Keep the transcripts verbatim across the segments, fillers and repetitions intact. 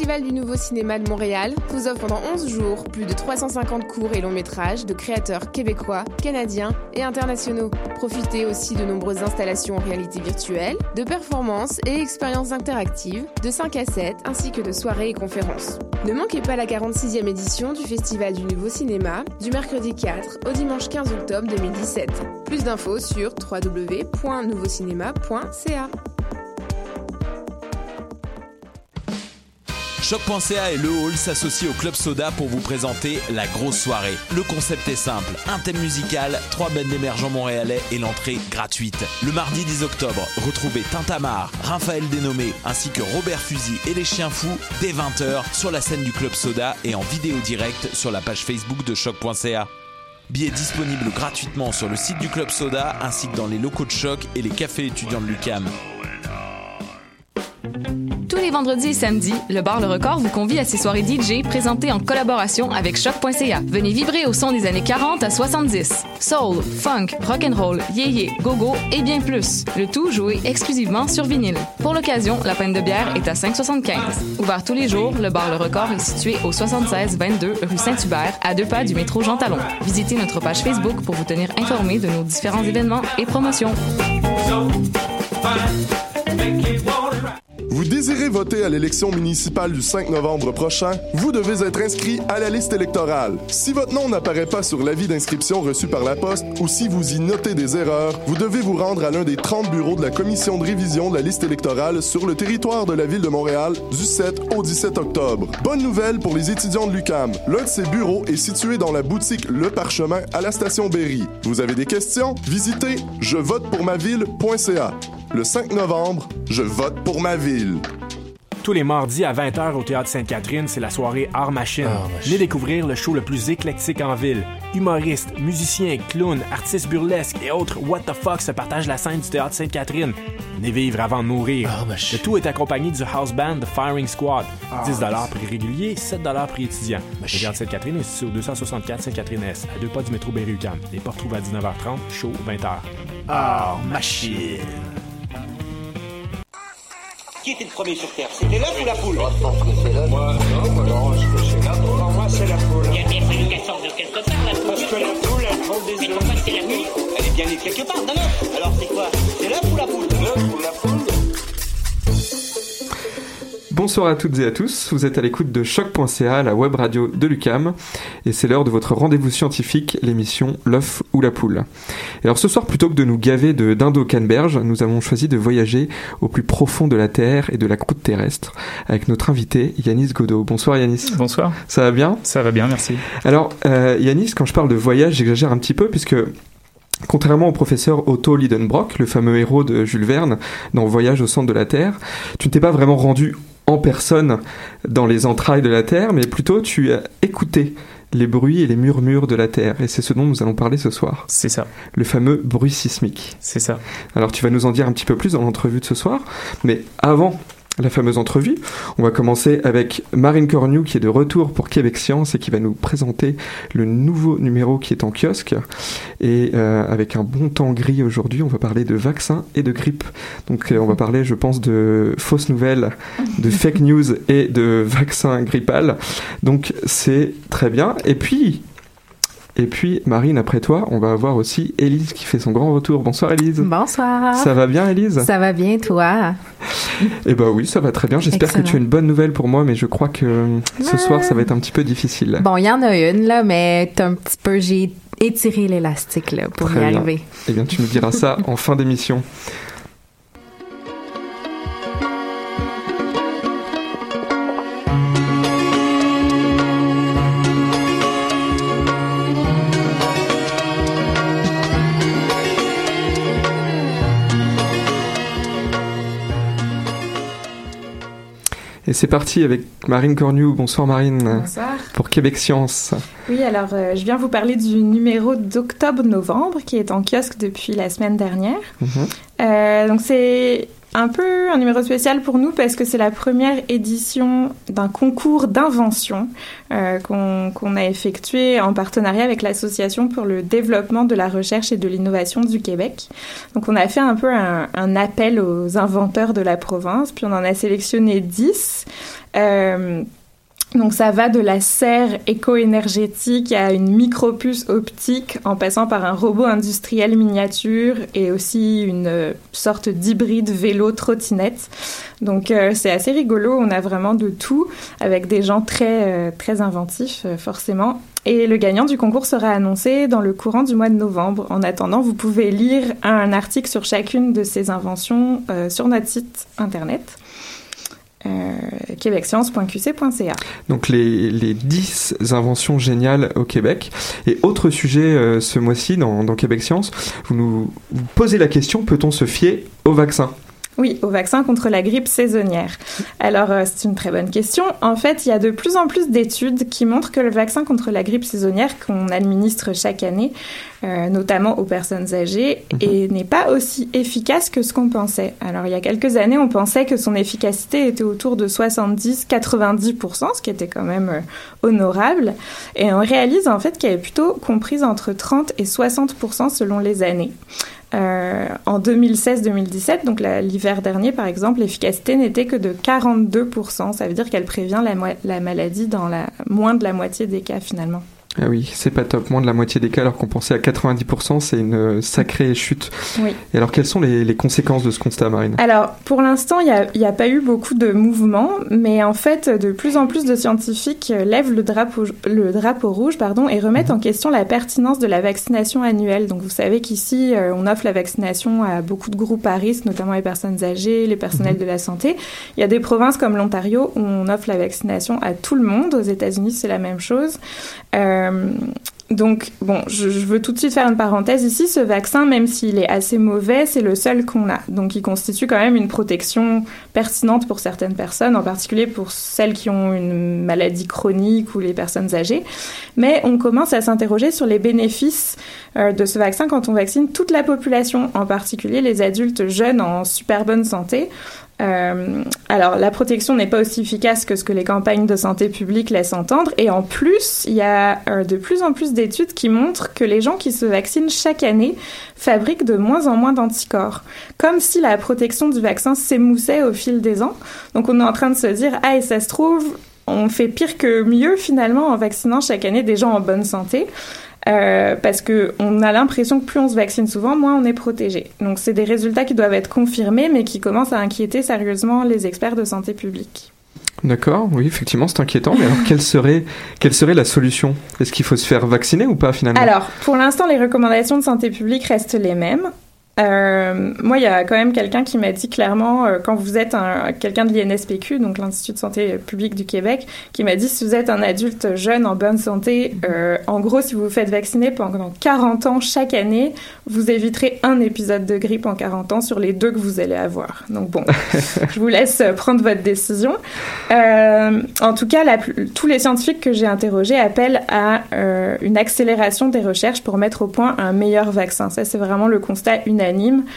Festival du Nouveau Cinéma de Montréal vous offre pendant onze jours plus de trois cent cinquante courts et longs métrages de créateurs québécois, canadiens et internationaux. Profitez aussi de nombreuses installations en réalité virtuelle, de performances et expériences interactives, de cinq à sept ainsi que de soirées et conférences. Ne manquez pas la quarante-sixième édition du Festival du Nouveau Cinéma du mercredi quatre au dimanche quinze octobre deux mille dix-sept. Plus d'infos sur w w w point nouveau cinéma point c a. Choc point c a et Le Hall s'associent au Club Soda pour vous présenter la grosse soirée. Le concept est simple, un thème musical, trois bands émergents montréalais et l'entrée gratuite. Le mardi dix octobre, retrouvez Tintamarre, Raphaël Dénommé ainsi que Robert Fusil et les Chiens Fous dès vingt heures sur la scène du Club Soda et en vidéo directe sur la page Facebook de Choc point c a. Billets disponibles gratuitement sur le site du Club Soda ainsi que dans les locaux de Choc et les cafés étudiants de l'U Q A M. Tous les vendredis et samedis, le bar Le Record vous convie à ses soirées D J présentées en collaboration avec Choc point c a. Venez vibrer au son des années quarante à soixante-dix. Soul, funk, rock'n'roll, yéyé, go-go et bien plus. Le tout joué exclusivement sur vinyle. Pour l'occasion, la pinte de bière est à cinq soixante-quinze. Ouvert tous les jours, le bar Le Record est situé au soixante-seize vingt-deux rue Saint-Hubert, à deux pas du métro Jean Talon. Visitez notre page Facebook pour vous tenir informé de nos différents événements et promotions. Vous désirez voter à l'élection municipale du cinq novembre prochain? Vous devez être inscrit à la liste électorale. Si votre nom n'apparaît pas sur l'avis d'inscription reçu par la poste ou si vous y notez des erreurs, vous devez vous rendre à l'un des trente bureaux de la commission de révision de la liste électorale sur le territoire de la ville de Montréal du sept au dix-sept octobre. Bonne nouvelle pour les étudiants de l'U Q A M. L'un de ces bureaux est situé dans la boutique Le Parchemin à la station Berry. Vous avez des questions? Visitez je vote pour ma ville point c a. Le cinq novembre, je vote pour ma ville. Tous les mardis à vingt heures au Théâtre Sainte-Catherine, c'est la soirée Art Machine. Oh, Venez découvrir le show le plus éclectique en ville. Humoristes, musiciens, clowns, artistes burlesques et autres what the fuck se partagent la scène du Théâtre Sainte-Catherine. Venez vivre avant de mourir. Oh, le tout est accompagné du house band The Firing Squad. dix dollars prix régulier, sept dollars prix étudiant. Le Théâtre Sainte-Catherine est situé au deux cent soixante-quatre Sainte-Catherine-Est, à deux pas du métro Berry-U Q A M. Les portes trouvent à dix-neuf heures trente, show vingt heures. Art Machine. Qui était le premier sur Terre? C'était l'œuf ou la poule? Moi, je pense que c'est l'œuf. Moi, non, moi, non, je pense que c'est la poule. Pour moi, c'est la poule. Il y a bien fallu qu'elle sorte de quelque part, la poule. Parce que la poule, elle prend des œufs. Mais pourquoi c'est la nuit? Elle est bien née quelque part, d'un œuf. Alors, c'est quoi? C'est l'œuf ou la poule? L'œuf ou la poule? Bonsoir à toutes et à tous, vous êtes à l'écoute de Choc point c a, la web radio de l'U Q A M, et c'est l'heure de votre rendez-vous scientifique, l'émission L'œuf ou la poule. Et alors ce soir, plutôt que de nous gaver de dindo canneberge, nous avons choisi de voyager au plus profond de la Terre et de la croûte terrestre, avec notre invité Yanis Godot. Bonsoir Yanis. Bonsoir. Ça va bien? Ça va bien, merci. Alors euh, Yanis, quand je parle de voyage, j'exagère un petit peu, puisque contrairement au professeur Otto Lidenbrock, le fameux héros de Jules Verne dans Voyage au centre de la Terre, tu ne t'es pas vraiment rendu en personne dans les entrailles de la Terre, mais plutôt tu as écouté les bruits et les murmures de la Terre, et c'est ce dont nous allons parler ce soir. C'est ça. Le fameux bruit sismique. C'est ça. Alors tu vas nous en dire un petit peu plus dans l'entrevue de ce soir, mais avant la fameuse entrevue, on va commencer avec Marine Cornu qui est de retour pour Québec Science et qui va nous présenter le nouveau numéro qui est en kiosque. Et euh, avec un bon temps gris aujourd'hui, on va parler de vaccins et de grippe. Donc euh, on va parler, je pense, de fausses nouvelles, de fake news et de vaccins grippales. Donc c'est très bien. Et puis... Et puis, Marine, après toi, on va avoir aussi Élise qui fait son grand retour. Bonsoir Élise. Bonsoir. Ça va bien Élise? Ça va bien, toi? Eh ben oui, ça va très bien. J'espère Excellent. que tu as une bonne nouvelle pour moi, mais je crois que ce ah. soir, ça va être un petit peu difficile. Bon, il y en a une, là, mais t'as un petit peu... J'ai étiré l'élastique, là, pour très y bien. arriver. Eh bien, tu nous diras ça en fin d'émission. Et c'est parti avec Marine Cornu. Bonsoir Marine. Bonsoir. Pour Québec Science. Oui, alors euh, je viens vous parler du numéro d'octobre-novembre qui est en kiosque depuis la semaine dernière. Mm-hmm. Euh, donc c'est un peu un numéro spécial pour nous parce que c'est la première édition d'un concours d'invention euh, qu'on, qu'on a effectué en partenariat avec l'Association pour le développement de la recherche et de l'innovation du Québec. Donc on a fait un peu un, un appel aux inventeurs de la province, puis on en a sélectionné dix. Euh, Donc ça va de la serre éco-énergétique à une micropuce optique en passant par un robot industriel miniature et aussi une euh, sorte d'hybride vélo-trottinette. Donc euh, c'est assez rigolo, on a vraiment de tout avec des gens très, euh, très inventifs euh, forcément. Et le gagnant du concours sera annoncé dans le courant du mois de novembre. En attendant, vous pouvez lire un article sur chacune de ces inventions euh, sur notre site internet. Euh, québec science point q c point c a. Donc les, les dix inventions géniales au Québec. Et autre sujet euh, ce mois-ci dans, dans Québec Science, vous nous vous posez la question, peut-on se fier au vaccin ? Oui, au vaccin contre la grippe saisonnière. Alors, euh, c'est une très bonne question. En fait, il y a de plus en plus d'études qui montrent que le vaccin contre la grippe saisonnière qu'on administre chaque année, euh, notamment aux personnes âgées, mmh. et n'est pas aussi efficace que ce qu'on pensait. Alors, il y a quelques années, on pensait que son efficacité était autour de soixante-dix à quatre-vingt-dix pour cent, ce qui était quand même euh, honorable. Et on réalise en fait qu'elle est plutôt comprise entre trente et soixante pour cent selon les années. Euh, en deux mille seize deux mille dix-sept, donc la, l'hiver dernier par exemple, l'efficacité n'était que de quarante-deux pour cent. Ça veut dire qu'elle prévient la, mo- la maladie dans la, moins de la moitié des cas finalement. Ah oui, c'est pas top. Moins de la moitié des cas, alors qu'on pensait à quatre-vingt-dix pour cent, c'est une sacrée chute. Oui. Et alors, quelles sont les, les conséquences de ce constat, Marine ? Alors, pour l'instant, il n'y a, a pas eu beaucoup de mouvements, mais en fait, de plus en plus de scientifiques lèvent le drapeau, le drapeau rouge pardon, et remettent en question la pertinence de la vaccination annuelle. Donc, vous savez qu'ici, euh, on offre la vaccination à beaucoup de groupes à risque, notamment les personnes âgées, les personnels mmh. de la santé. Il y a des provinces comme l'Ontario où on offre la vaccination à tout le monde. Aux États-Unis, c'est la même chose. Euh, donc, bon, je, je veux tout de suite faire une parenthèse ici. Ce vaccin, même s'il est assez mauvais, c'est le seul qu'on a. Donc, il constitue quand même une protection pertinente pour certaines personnes, en particulier pour celles qui ont une maladie chronique ou les personnes âgées. Mais on commence à s'interroger sur les bénéfices euh, de ce vaccin quand on vaccine toute la population, en particulier les adultes jeunes en super bonne santé. Euh, alors, la protection n'est pas aussi efficace que ce que les campagnes de santé publique laissent entendre. Et en plus, il y a euh, de plus en plus d'études qui montrent que les gens qui se vaccinent chaque année fabriquent de moins en moins d'anticorps. Comme si la protection du vaccin s'émoussait au fil des ans. Donc, on est en train de se dire, ah, et ça se trouve, on fait pire que mieux finalement en vaccinant chaque année des gens en bonne santé. Euh, parce que on a l'impression que plus on se vaccine souvent, moins on est protégé. Donc c'est des résultats qui doivent être confirmés, mais qui commencent à inquiéter sérieusement les experts de santé publique. D'accord, oui, effectivement, c'est inquiétant. Mais alors, quelle serait, quelle serait la solution ? Est-ce qu'il faut se faire vacciner ou pas, finalement ? Alors, pour l'instant, les recommandations de santé publique restent les mêmes. Euh, moi, il y a quand même quelqu'un qui m'a dit clairement, euh, quand vous êtes un, quelqu'un de l'I N S P Q, donc l'Institut de santé publique du Québec, qui m'a dit, si vous êtes un adulte jeune en bonne santé, euh, en gros, si vous vous faites vacciner pendant quarante ans chaque année, vous éviterez un épisode de grippe en quarante ans sur les deux que vous allez avoir. Donc bon, je vous laisse prendre votre décision. Euh, en tout cas, la, tous les scientifiques que j'ai interrogés appellent à euh, une accélération des recherches pour mettre au point un meilleur vaccin. Ça, c'est vraiment le constat unanime.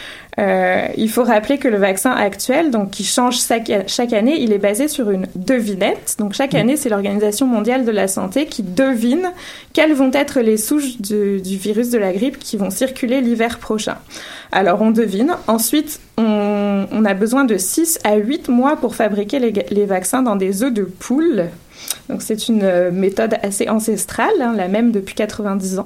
Euh, il faut rappeler que le vaccin actuel, donc qui change chaque, chaque année, il est basé sur une devinette. Donc chaque année, c'est l'Organisation mondiale de la santé qui devine quelles vont être les souches du, du virus de la grippe qui vont circuler l'hiver prochain. Alors on devine. Ensuite, on, on a besoin de six à huit mois pour fabriquer les, les vaccins dans des œufs de poule. Donc c'est une méthode assez ancestrale, hein, la même depuis quatre-vingt-dix ans.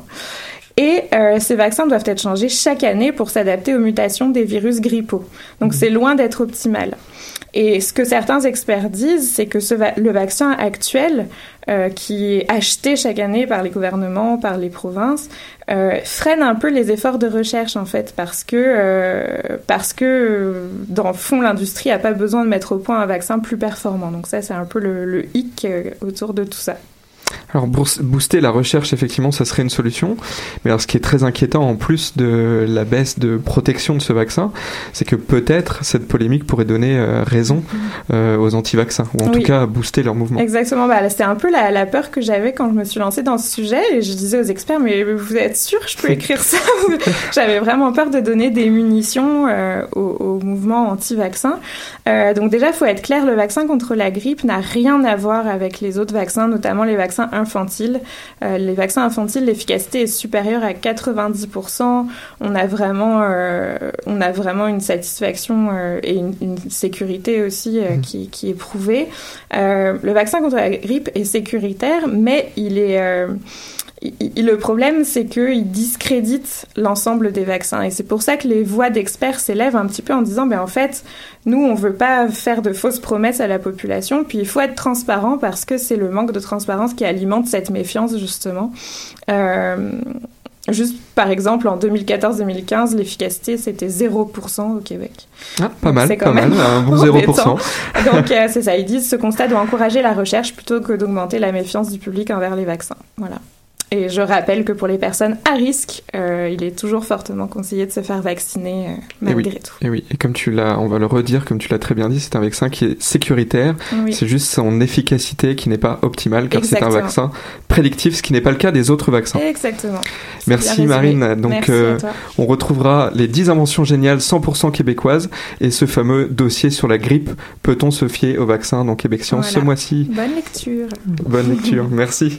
Et euh, ces vaccins doivent être changés chaque année pour s'adapter aux mutations des virus grippaux. Donc mmh. c'est loin d'être optimal. Et ce que certains experts disent, c'est que ce va- le vaccin actuel, euh, qui est acheté chaque année par les gouvernements, par les provinces, euh, freine un peu les efforts de recherche, en fait, parce que, euh, parce que dans le fond, l'industrie n'a pas besoin de mettre au point un vaccin plus performant. Donc ça, c'est un peu le, le hic euh, autour de tout ça. Alors booster la recherche, effectivement, ça serait une solution. Mais alors ce qui est très inquiétant en plus de la baisse de protection de ce vaccin, c'est que peut-être cette polémique pourrait donner euh, raison euh, aux anti-vaccins, ou en oui. tout cas booster leur mouvement. Exactement, bah, c'était un peu la, la peur que j'avais quand je me suis lancée dans ce sujet, et je disais aux experts, mais vous êtes sûrs que je peux écrire ça? J'avais vraiment peur de donner des munitions euh, au, au mouvement anti-vaccin. Euh, donc déjà, il faut être clair, le vaccin contre la grippe n'a rien à voir avec les autres vaccins, notamment les vaccins infantiles. Euh, les vaccins infantiles, l'efficacité est supérieure à quatre-vingt-dix pour cent. On a vraiment, euh, on a vraiment une satisfaction euh, et une, une sécurité aussi euh, mmh. qui, qui est prouvée. Euh, le vaccin contre la grippe est sécuritaire, mais il est... Euh, Il, le problème, c'est qu'il discrédite l'ensemble des vaccins. Et c'est pour ça que les voix d'experts s'élèvent un petit peu en disant, ben en fait, nous, on veut pas faire de fausses promesses à la population. Puis il faut être transparent parce que c'est le manque de transparence qui alimente cette méfiance, justement. Euh, juste, par exemple, en deux mille quatorze deux mille quinze, l'efficacité, c'était zéro pour cent au Québec. Ah, pas Donc, mal, c'est pas quand mal, même un bon zéro pour cent. Donc, euh, c'est ça. Ils disent, ce constat doit encourager la recherche plutôt que d'augmenter la méfiance du public envers les vaccins. Voilà. Et je rappelle que pour les personnes à risque, euh, il est toujours fortement conseillé de se faire vacciner euh, malgré et oui, tout. Et oui, et comme tu l'as, on va le redire, comme tu l'as très bien dit, c'est un vaccin qui est sécuritaire. Oui. C'est juste son efficacité qui n'est pas optimale, car Exactement. C'est un vaccin prédictif, ce qui n'est pas le cas des autres vaccins. Exactement. Merci Marine. Donc, Merci euh, à toi. On retrouvera les dix inventions géniales cent pour cent québécoises et ce fameux dossier sur la grippe. Peut-on se fier au vaccin dans Québec Science voilà. ce mois-ci? Bonne lecture. Bonne lecture. Merci.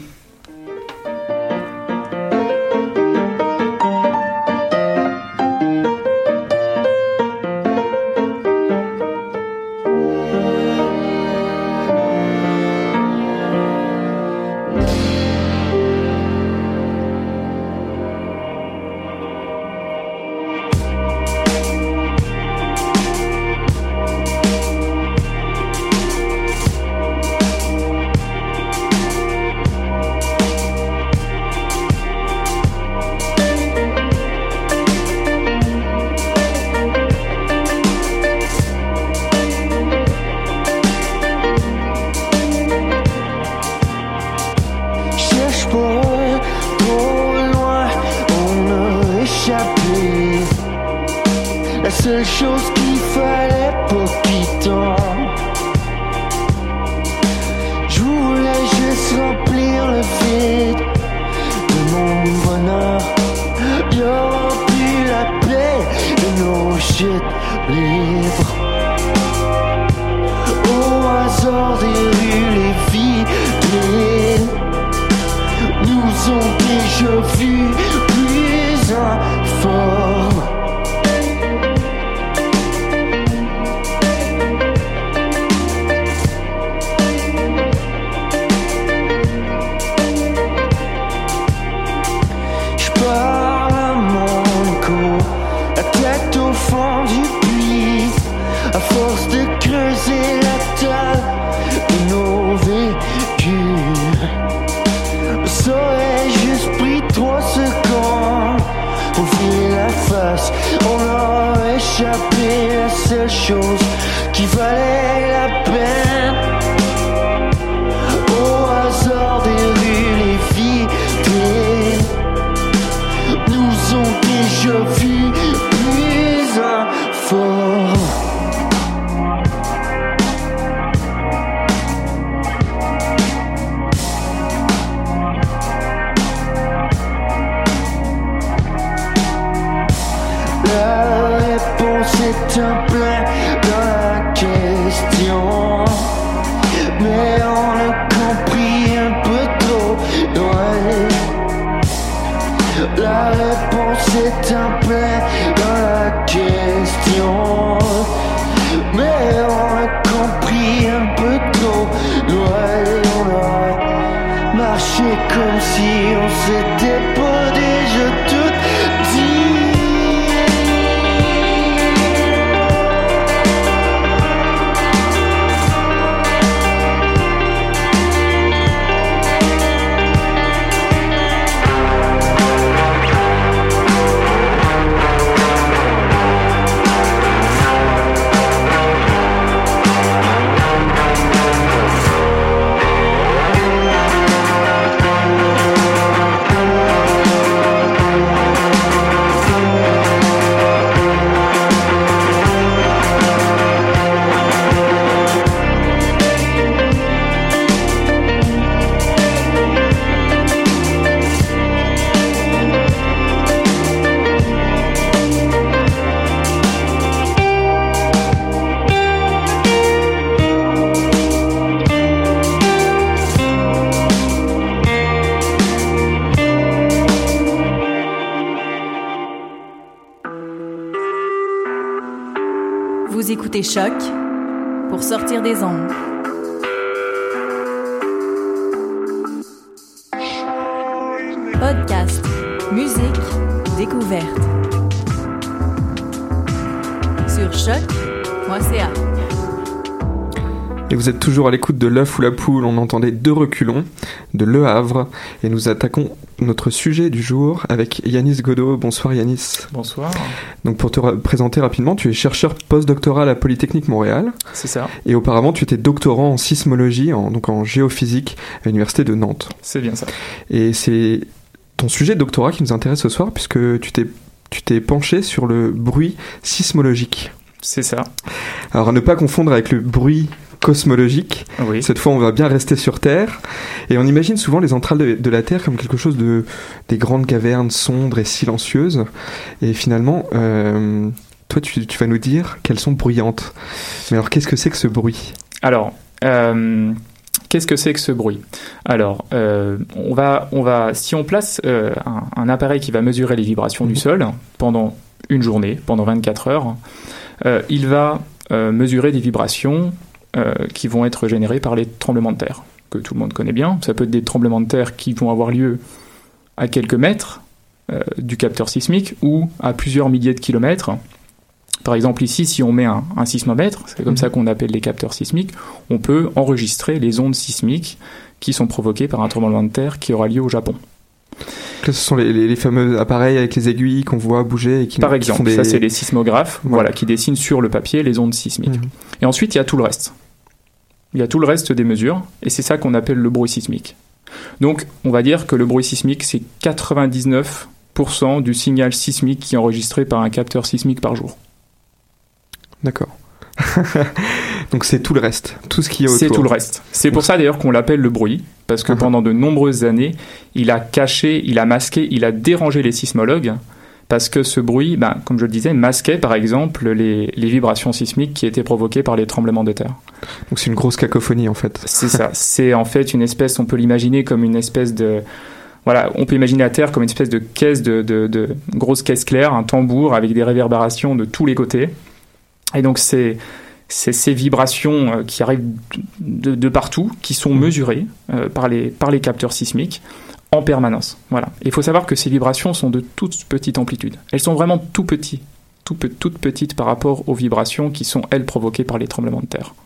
La réponse est un plein dans la question. Vous écoutez Choc pour sortir des ondes. Podcast, musique, découverte. Sur choc point c a. Et vous êtes toujours à l'écoute de L'œuf ou la poule. On entendait Deux reculons de Le Havre. Et nous attaquons notre sujet du jour avec Yanis Godot. Bonsoir Yanis. Bonsoir. Donc pour te ra- présenter rapidement, tu es chercheur postdoctoral à Polytechnique Montréal. C'est ça. Et auparavant, tu étais doctorant en sismologie, en, donc en géophysique à l'université de Nantes. C'est bien ça. Et c'est ton sujet de doctorat qui nous intéresse ce soir puisque tu t'es, tu t'es penché sur le bruit sismologique. C'est ça. Alors à ne pas confondre avec le bruit cosmologique. Oui. Cette fois, on va bien rester sur Terre. Et on imagine souvent les entrailles de, de la Terre comme quelque chose de des grandes cavernes sombres et silencieuses. Et finalement, euh, toi, tu, tu vas nous dire qu'elles sont bruyantes. Mais alors, qu'est-ce que c'est que ce bruit ? Alors, euh, qu'est-ce que c'est que ce bruit ? Alors, euh, on va, on va, si on place euh, un, un appareil qui va mesurer les vibrations mmh. du sol pendant une journée, pendant vingt-quatre heures, euh, il va euh, mesurer des vibrations Euh, qui vont être générés par les tremblements de terre, que tout le monde connaît bien. Ça peut être des tremblements de terre qui vont avoir lieu à quelques mètres euh, du capteur sismique ou à plusieurs milliers de kilomètres. Par exemple, ici, si on met un, un sismomètre, c'est comme ça qu'on appelle les capteurs sismiques, on peut enregistrer les ondes sismiques qui sont provoquées par un tremblement de terre qui aura lieu au Japon. Ce sont les, les, les fameux appareils avec les aiguilles qu'on voit bouger et qui, Par qui exemple, font des... ça c'est les sismographes, ouais. voilà, qui dessinent sur le papier les ondes sismiques. Mmh. Et ensuite, il y a tout le reste. Il y a tout le reste des mesures, et c'est ça qu'on appelle le bruit sismique. Donc, on va dire que le bruit sismique, c'est quatre-vingt-dix-neuf pour cent du signal sismique qui est enregistré par un capteur sismique par jour. D'accord. Donc c'est tout le reste, tout ce qui est autour. C'est tout le reste. C'est pour ça d'ailleurs qu'on l'appelle le bruit, parce que uh-huh. pendant de nombreuses années, il a caché, il a masqué, il a dérangé les sismologues, parce que ce bruit, ben, comme je le disais, masquait par exemple les, les vibrations sismiques qui étaient provoquées par les tremblements de terre. Donc c'est une grosse cacophonie en fait. C'est ça, c'est en fait une espèce, on peut l'imaginer comme une espèce de... Voilà, on peut imaginer la Terre comme une espèce de caisse, de, de, de grosse caisse claire, un tambour avec des réverbérations de tous les côtés. Et donc c'est, c'est ces vibrations qui arrivent de, de partout, qui sont mesurées euh, par, les, par les capteurs sismiques en permanence. Voilà. Il faut savoir que ces vibrations sont de toute petite amplitude. Elles sont vraiment tout petites, tout, toutes petites par rapport aux vibrations qui sont, elles, provoquées par les tremblements de terre.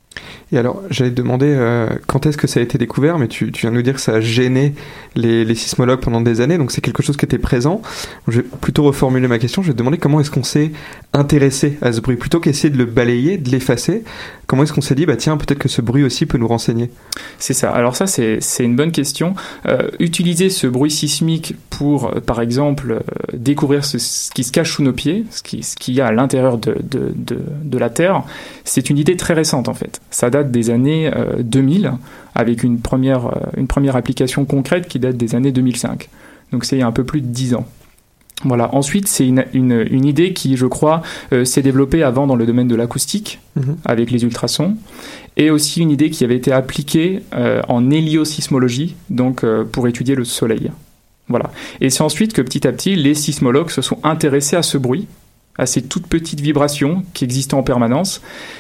Et alors, j'allais te demander euh, quand est-ce que ça a été découvert, mais tu, tu viens de nous dire que ça a gêné les, les sismologues pendant des années, donc c'est quelque chose qui était présent. Je vais plutôt reformuler ma question, je vais te demander comment est-ce qu'on s'est intéressé à ce bruit, plutôt qu'essayer de le balayer, de l'effacer. Comment est-ce qu'on s'est dit, bah tiens, peut-être que ce bruit aussi peut nous renseigner ? C'est ça, alors ça c'est, c'est une bonne question. Euh, utiliser ce bruit sismique pour, euh, par exemple, euh, découvrir ce, ce qui se cache sous nos pieds, ce, qui, ce qu'il y a à l'intérieur de, de, de, de la Terre, c'est une idée très récente en fait. Ça date des années euh, deux mille, avec une première, euh, une première application concrète qui date des années deux mille cinq. Donc c'est il y a un peu plus de dix ans. Voilà. Ensuite, c'est une, une, une idée qui, je crois, euh, s'est développée avant dans le domaine de l'acoustique, mmh. avec les ultrasons, et aussi une idée qui avait été appliquée euh, en héliosismologie, donc euh, pour étudier le soleil. Voilà. Et c'est ensuite que petit à petit, les sismologues se sont intéressés à ce bruit, à ces toutes petites vibrations qui existaient en permanence,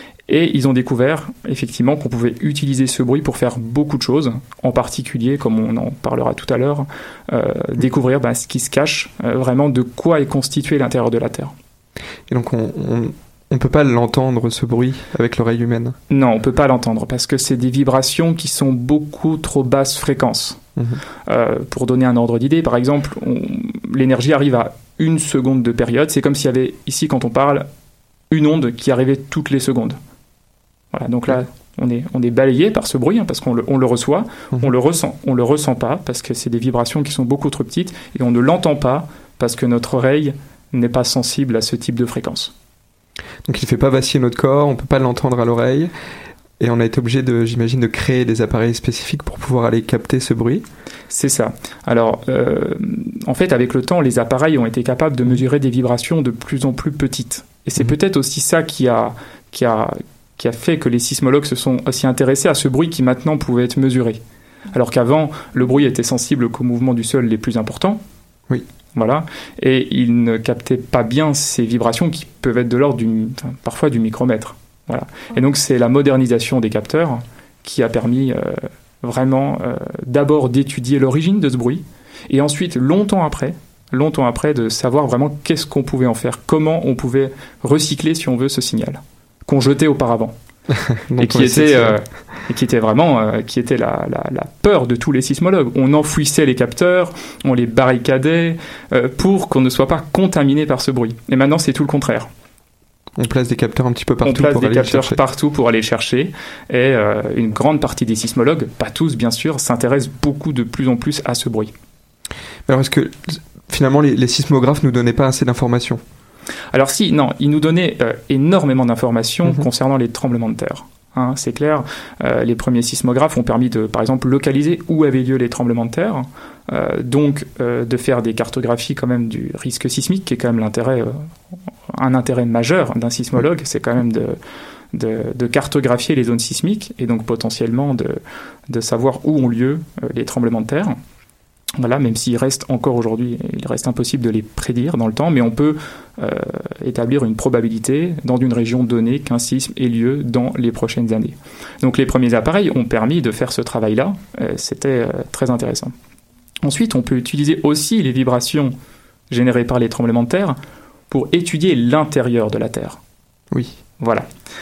et ils ont découvert effectivement qu'on pouvait utiliser ce bruit pour faire beaucoup de choses, en particulier, comme on en parlera tout à l'heure, euh, découvrir bah, ce qui se cache, euh, vraiment de quoi est constitué l'intérieur de la Terre. Et donc on, on, on peut pas l'entendre, ce bruit, avec l'oreille humaine ? Non, on peut pas l'entendre, parce que c'est des vibrations qui sont beaucoup trop basse fréquence. Mmh. Euh, pour donner un ordre d'idée, par exemple, on, l'énergie arrive à une seconde de période, c'est comme s'il y avait, ici quand on parle, une onde qui arrivait toutes les secondes. Voilà, donc là, on est, on est balayé par ce bruit, hein, parce qu'on le, on le reçoit, mmh. on le ressent. On le ressent pas, parce que c'est des vibrations qui sont beaucoup trop petites, et on ne l'entend pas, parce que notre oreille n'est pas sensible à ce type de fréquence. Donc il ne fait pas vaciller notre corps, on ne peut pas l'entendre à l'oreille, et on a été obligé, de, j'imagine, de créer des appareils spécifiques pour pouvoir aller capter ce bruit. C'est ça. Alors, euh, en fait, avec le temps, les appareils ont été capables de mesurer des vibrations de plus en plus petites. Et c'est mmh. peut-être aussi ça qui a... Qui a qui a fait que les sismologues se sont aussi intéressés à ce bruit qui maintenant pouvait être mesuré. Alors qu'avant, le bruit était sensible qu'aux mouvements du sol les plus importants. Oui. Voilà, et il ne captait pas bien ces vibrations qui peuvent être de l'ordre du, enfin, parfois du micromètre. Voilà. Et donc c'est la modernisation des capteurs qui a permis euh, vraiment euh, d'abord d'étudier l'origine de ce bruit, et ensuite longtemps après, longtemps après de savoir vraiment qu'est-ce qu'on pouvait en faire, comment on pouvait recycler, si on veut, ce signal qu'on jetait auparavant. et, qui était, euh, et qui était vraiment euh, qui était la, la, la peur de tous les sismologues. On enfouissait les capteurs, on les barricadait euh, pour qu'on ne soit pas contaminé par ce bruit. Et maintenant, c'est tout le contraire. On place des capteurs un petit peu partout. On place pour des aller capteurs chercher. partout pour aller chercher. Et euh, une grande partie des sismologues, pas tous bien sûr, s'intéressent beaucoup de plus en plus à ce bruit. Alors est-ce que finalement les, les sismographes nous donnaient pas assez d'informations ? Alors si, non, ils nous donnaient euh, énormément d'informations Mm-hmm. concernant les tremblements de terre. Hein, c'est clair, euh, les premiers sismographes ont permis de, par exemple, localiser où avaient lieu les tremblements de terre, euh, donc euh, de faire des cartographies quand même du risque sismique, qui est quand même l'intérêt, euh, un intérêt majeur d'un sismologue, c'est quand même de, de, de cartographier les zones sismiques, et donc potentiellement de, de savoir où ont lieu euh, les tremblements de terre. Voilà, même s'il reste encore aujourd'hui, il reste impossible de les prédire dans le temps, mais on peut euh, établir une probabilité dans une région donnée qu'un sisme ait lieu dans les prochaines années. Donc les premiers appareils ont permis de faire ce travail-là, euh, c'était euh, très intéressant. Ensuite, on peut utiliser aussi les vibrations générées par les tremblements de terre pour étudier l'intérieur de la Terre. Oui. Voilà.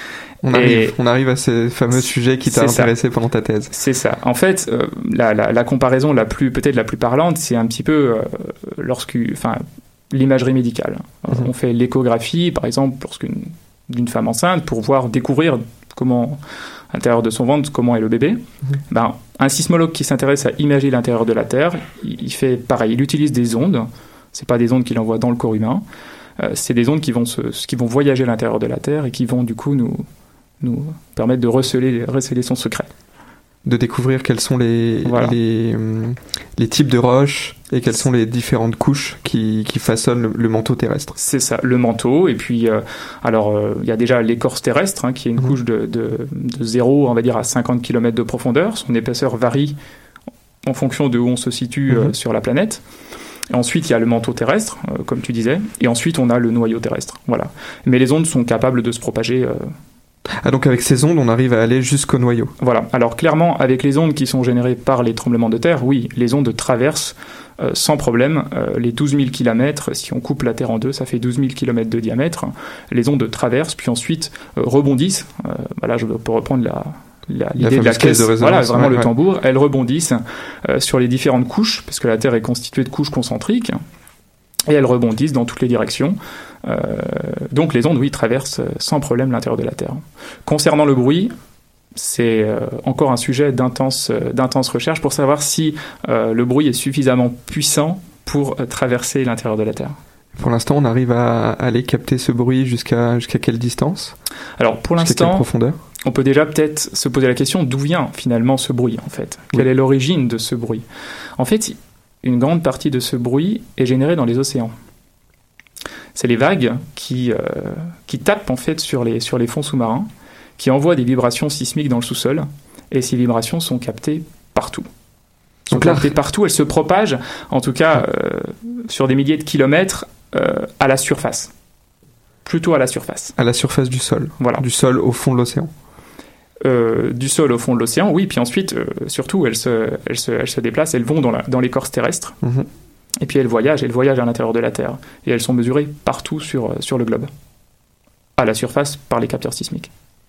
On arrive, on arrive à ce fameux sujet qui t'a intéressé pendant ta thèse. C'est ça. En fait, euh, la, la, la comparaison la plus, peut-être la plus parlante, c'est un petit peu euh, lorsque, enfin, l'imagerie médicale. Mm-hmm. On fait l'échographie, par exemple, lorsqu'une d'une femme enceinte, pour voir, découvrir comment, à l'intérieur de son ventre, comment est le bébé. Mm-hmm. Ben, un sismologue qui s'intéresse à imager l'intérieur de la Terre, il, il fait pareil. Il utilise des ondes. C'est pas des ondes qu'il envoie dans le corps humain. Euh, c'est des ondes qui vont, se, qui vont voyager à l'intérieur de la Terre et qui vont, du coup, nous nous permettre de receler, receler son secret. De découvrir quels sont les, voilà. les, les types de roches et quelles sont les différentes couches qui, qui façonnent le, le manteau terrestre. C'est ça, le manteau. Et puis, euh, alors, il euh, y a déjà l'écorce terrestre, hein, qui est une mmh. couche de, de, de zéro, on va dire, à cinquante kilomètres de profondeur. Son épaisseur varie en fonction de où on se situe mmh. euh, sur la planète. Et ensuite, il y a le manteau terrestre, euh, comme tu disais. Et ensuite, on a le noyau terrestre. Voilà. Mais les ondes sont capables de se propager... Euh, Ah, donc avec ces ondes, on arrive à aller jusqu'au noyau. Voilà. Alors clairement, avec les ondes qui sont générées par les tremblements de terre, oui, les ondes traversent euh, sans problème euh, les douze mille kilomètres. Si on coupe la Terre en deux, ça fait douze mille kilomètres de diamètre. Les ondes traversent, puis ensuite euh, rebondissent. Euh, voilà, je peux reprendre la... La, l'idée la de la caisse, de voilà, vraiment ouais, le ouais. tambour. Elles rebondissent euh, sur les différentes couches, parce que la Terre est constituée de couches concentriques, et elles rebondissent dans toutes les directions. Euh, donc les ondes, oui, traversent sans problème l'intérieur de la Terre. Concernant le bruit, c'est euh, encore un sujet d'intense, euh, d'intense recherche pour savoir si euh, le bruit est suffisamment puissant pour euh, traverser l'intérieur de la Terre. Pour l'instant, on arrive à aller capter ce bruit jusqu'à, jusqu'à quelle distance ? Alors, pour jusqu'à l'instant, quelle profondeur ? On peut déjà peut-être se poser la question d'où vient finalement ce bruit, en fait. Oui. Quelle est l'origine de ce bruit ? En fait, une grande partie de ce bruit est générée dans les océans. C'est les vagues qui, euh, qui tapent en fait sur les, sur les fonds sous-marins, qui envoient des vibrations sismiques dans le sous-sol, et ces vibrations sont captées partout. Sont Donc captées là... partout, elles se propagent, en tout cas euh, sur des milliers de kilomètres, euh, à la surface. Plutôt à la surface. À la surface du sol. Voilà. Du sol au fond de l'océan. Euh, du sol au fond de l'océan, oui, puis ensuite, euh, surtout, elles se, elles, se, elles se déplacent, elles vont dans, la, dans l'écorce terrestre. Mmh. Et puis elles voyagent, elles voyagent à l'intérieur de la Terre. Et elles sont mesurées partout sur, sur le globe. À la surface, par les capteurs sismiques.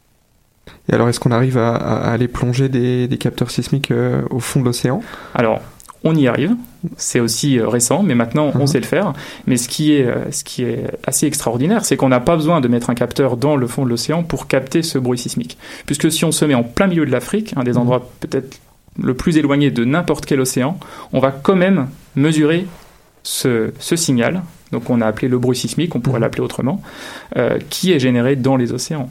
Et alors, est-ce qu'on arrive à, à aller plonger des, des capteurs sismiques euh, au fond de l'océan ? Alors, on y arrive. C'est aussi euh, récent, mais maintenant, mmh. on sait le faire. Mais ce qui est, euh, ce qui est assez extraordinaire, c'est qu'on n'a pas besoin de mettre un capteur dans le fond de l'océan pour capter ce bruit sismique. Puisque si on se met en plein milieu de l'Afrique, un des mmh. endroits peut-être le plus éloigné de n'importe quel océan, on va quand même mesurer ce, ce signal, donc on a appelé le bruit sismique, on pourrait mmh. l'appeler autrement, euh, qui est généré dans les océans.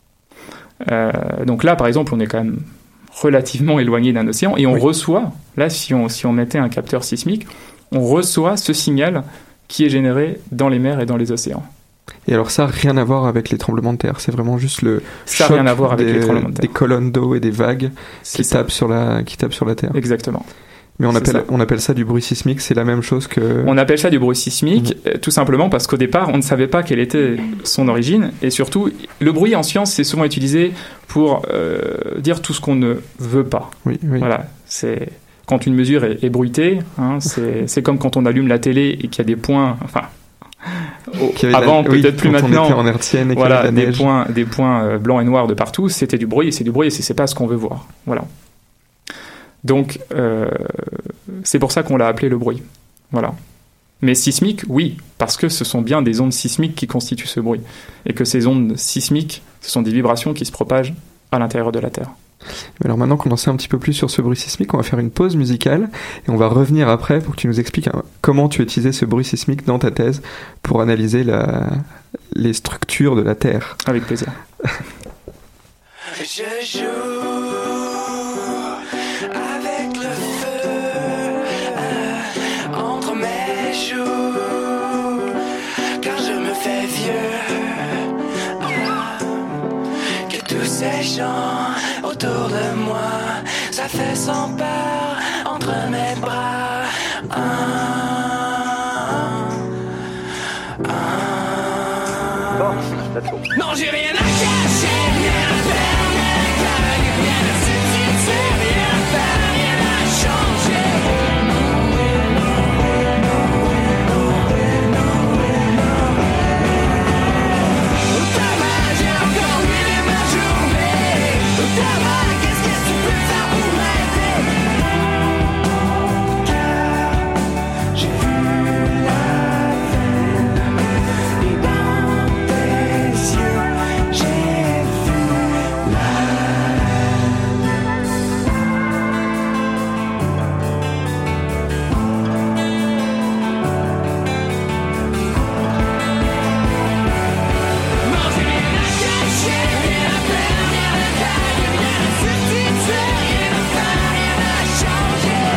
Euh, donc là, par exemple, on est quand même relativement éloigné d'un océan, et on oui. reçoit, là, si on, si on mettait un capteur sismique, on reçoit ce signal qui est généré dans les mers et dans les océans. Et alors ça, rien à voir avec les tremblements de terre, c'est vraiment juste le ça choc rien à voir avec des, les tremblements de terre. des colonnes d'eau et des vagues qui tapent, sur la, qui tapent sur la Terre. Exactement. Mais on C'est appelle, ça. on appelle ça du bruit sismique, c'est la même chose que... On appelle ça du bruit sismique, mmh. tout simplement parce qu'au départ, on ne savait pas quelle était son origine. Et surtout, le bruit en science, c'est souvent utilisé pour euh, dire tout ce qu'on ne veut pas. Oui, oui. Voilà, c'est... Quand une mesure est, est bruitée, hein, c'est, c'est comme quand on allume la télé et qu'il y a des points... Enfin, au, avant, la... peut-être oui, plus quand maintenant. On était en hertzienne et voilà, qu'il y avait de la des neige. points, des points euh, blancs et noirs de partout, c'était du bruit, et c'est du bruit, et c'est, c'est pas ce qu'on veut voir. Voilà. Donc, euh, c'est pour ça qu'on l'a appelé le bruit. Voilà. Mais sismique, oui, parce que ce sont bien des ondes sismiques qui constituent ce bruit. Et que ces ondes sismiques, ce sont des vibrations qui se propagent à l'intérieur de la Terre. Alors maintenant qu'on en sait un petit peu plus sur ce bruit sismique, on va faire une pause musicale et on va revenir après pour que tu nous expliques hein, comment tu as utilisé ce bruit sismique dans ta thèse pour analyser la... les structures de la Terre. Avec plaisir. Je joue avec le feu euh, entre mes joues, car je me fais vieux, euh, que tous ces gens autour de moi, ça fait sans peur entre mes bras. Euh, euh, non, j'ai rien à cacher, rien à perdre, rien à gagner, rien à substituer, rien à faire, rien à changer. Thomas, j'ai encore mille et ma journée. Thomas, qu'est-ce que tu peux faire pour m'aider? Car j'ai vu la peine et dans tes yeux j'ai vu la non, j'ai rien à cacher, rien à perdre, rien à gagner, rien à substituer, rien à faire, rien à changer.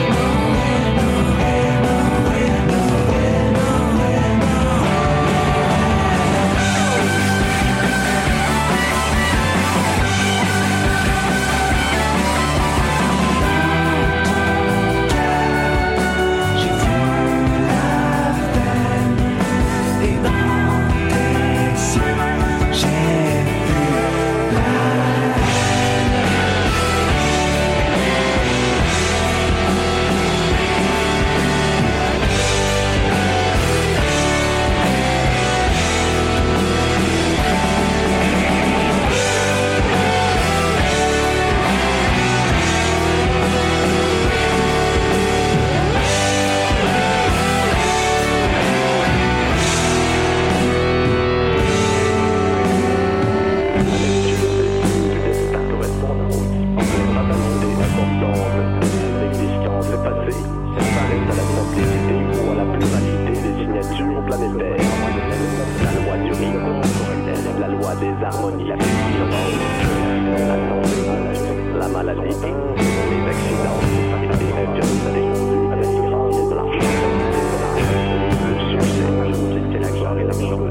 J'ai vu la peine et dans tes yeux j'ai vu la l'existence est passée, séparée à la simplicité ou à la pluralité des signatures planétaires. La loi du rythme, la loi des harmonies, la santé, la maladie, les accidents, les infiérités, la souffrance, l'argent, le succès, la gloire et l'argent.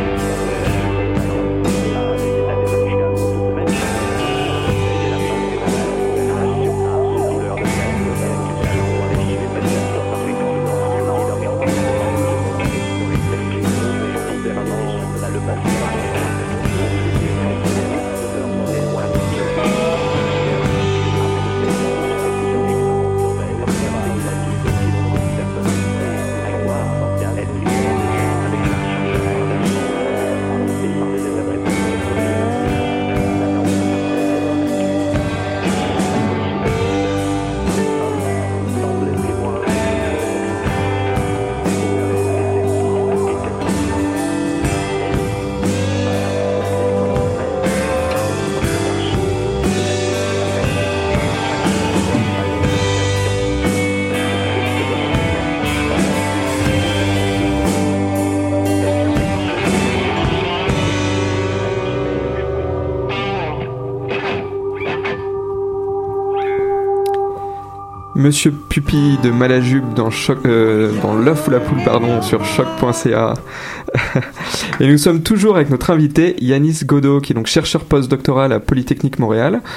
Monsieur Pupille de Malajube dans, choc, euh, dans l'œuf ou la poule pardon, sur choc point c a. Et nous sommes toujours avec notre invité Yanis Godot, qui est donc chercheur postdoctoral à Polytechnique Montréal.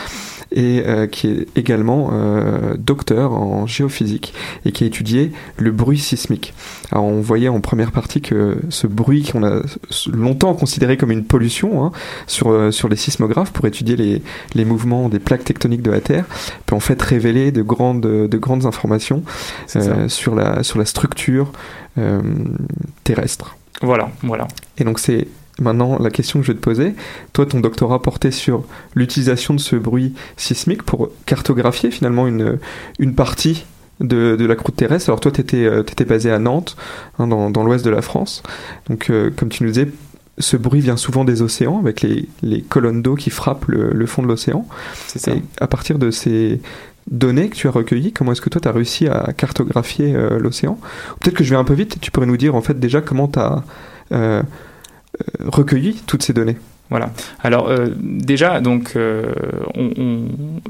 et euh, qui est également euh, docteur en géophysique et qui a étudié le bruit sismique. Alors on voyait en première partie que ce bruit qu'on a longtemps considéré comme une pollution hein, sur, euh, sur les sismographes pour étudier les, les mouvements des plaques tectoniques de la Terre peut en fait révéler de grandes, de grandes informations euh, sur, la, sur la structure euh, terrestre. Voilà, voilà. Et donc c'est maintenant la question que je vais te poser. Toi, ton doctorat portait sur l'utilisation de ce bruit sismique pour cartographier finalement une, une partie de, de la croûte terrestre. Alors toi, tu étais euh, basé à Nantes, hein, dans, dans l'ouest de la France. Donc euh, comme tu nous disais, ce bruit vient souvent des océans, avec les, les colonnes d'eau qui frappent le, le fond de l'océan. C'est ça. Et à partir de ces données que tu as recueillies, comment est-ce que toi tu as réussi à cartographier euh, l'océan? Peut-être que je vais un peu vite, tu pourrais nous dire en fait déjà comment tu as euh, recueilli toutes ces données. Voilà. Alors euh, déjà, donc, euh, on, on,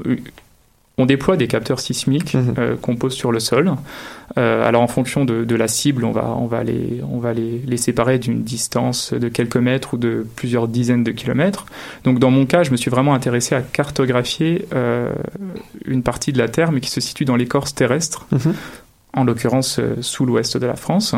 on déploie des capteurs sismiques mmh. euh, qu'on pose sur le sol. Euh, alors en fonction de, de la cible, on va, on va, les, on va les, les séparer d'une distance de quelques mètres ou de plusieurs dizaines de kilomètres. Donc dans mon cas, je me suis vraiment intéressé à cartographier euh, une partie de la Terre, mais qui se situe dans l'écorce terrestre, mmh. en l'occurrence euh, sous l'ouest de la France.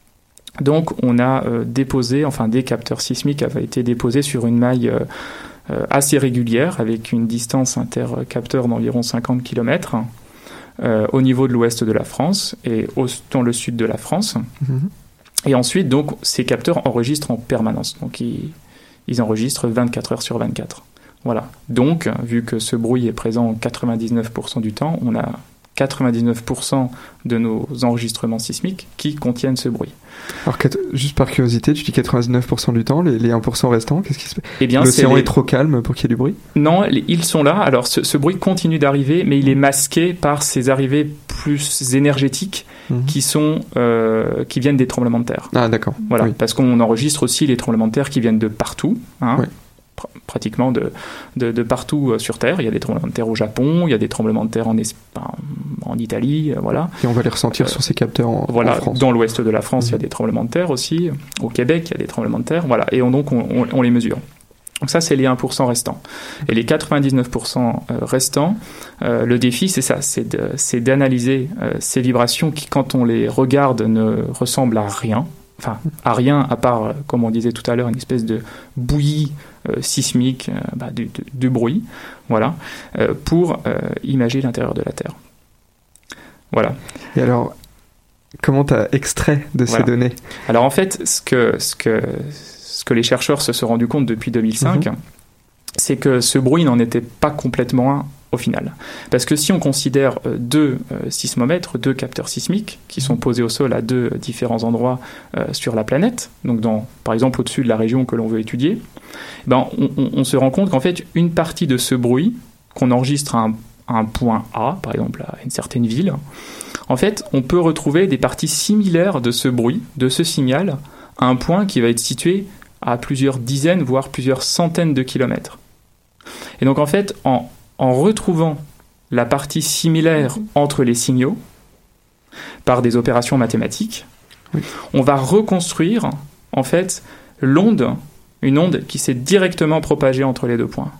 Donc on a euh, déposé, enfin des capteurs sismiques avaient été déposés sur une maille euh, euh, assez régulière, avec une distance intercapteur d'environ cinquante kilomètres, euh, au niveau de l'ouest de la France et au, dans le sud de la France. Mmh. Et ensuite, donc, ces capteurs enregistrent en permanence. Donc ils, ils enregistrent vingt-quatre heures sur vingt-quatre. Voilà. Donc, vu que ce bruit est présent quatre-vingt-dix-neuf pour cent du temps, on a quatre-vingt-dix-neuf pour cent de nos enregistrements sismiques qui contiennent ce bruit. Alors, juste par curiosité, tu dis quatre-vingt-dix-neuf pour cent du temps, les, les un pour cent restants, qu'est-ce qui se passe? Eh bien, l'océan les... est trop calme pour qu'il y ait du bruit? Non, les, ils sont là. Alors, ce, ce bruit continue d'arriver, mais il est masqué par ces arrivées plus énergétiques mmh. qui sont euh, qui viennent des tremblements de terre. Ah, d'accord. Voilà, oui. Parce qu'on enregistre aussi les tremblements de terre qui viennent de partout. Hein. Oui. Pratiquement de, de, de partout sur Terre. Il y a des tremblements de terre au Japon, il y a des tremblements de terre en, Espagne, en Italie, voilà. Et on va les ressentir euh, sur ces capteurs en, voilà, en France. Dans l'ouest de la France, mmh. il y a des tremblements de terre aussi. Au Québec, il y a des tremblements de terre, voilà. Et on, donc, on, on, on les mesure. Donc ça, c'est les un pour cent restants. Et les quatre-vingt-dix-neuf pour cent restants, euh, le défi, c'est ça, c'est, de, c'est d'analyser euh, ces vibrations qui, quand on les regarde, ne ressemblent à rien. Enfin, à rien, à part, comme on disait tout à l'heure, une espèce de bouillie euh, sismique, euh, bah, du, du, du bruit, voilà, euh, pour euh, imager l'intérieur de la Terre. Voilà. Et alors, comment tu as extrait de voilà. ces données? Alors en fait, ce que, ce, que, ce que les chercheurs se sont rendus compte depuis deux mille cinq, mmh. c'est que ce bruit n'en était pas complètement un au final. Parce que si on considère euh, deux euh, sismomètres, deux capteurs sismiques qui sont posés au sol à deux différents endroits euh, sur la planète, donc dans, par exemple au-dessus de la région que l'on veut étudier, ben, on, on, on se rend compte qu'en fait, une partie de ce bruit qu'on enregistre à un, à un point A, par exemple à une certaine ville, en fait, on peut retrouver des parties similaires de ce bruit, de ce signal, à un point qui va être situé à plusieurs dizaines, voire plusieurs centaines de kilomètres. Et donc en fait, en en retrouvant la partie similaire entre les signaux par des opérations mathématiques, oui. on va reconstruire en fait l'onde, une onde qui s'est directement propagée entre les deux points.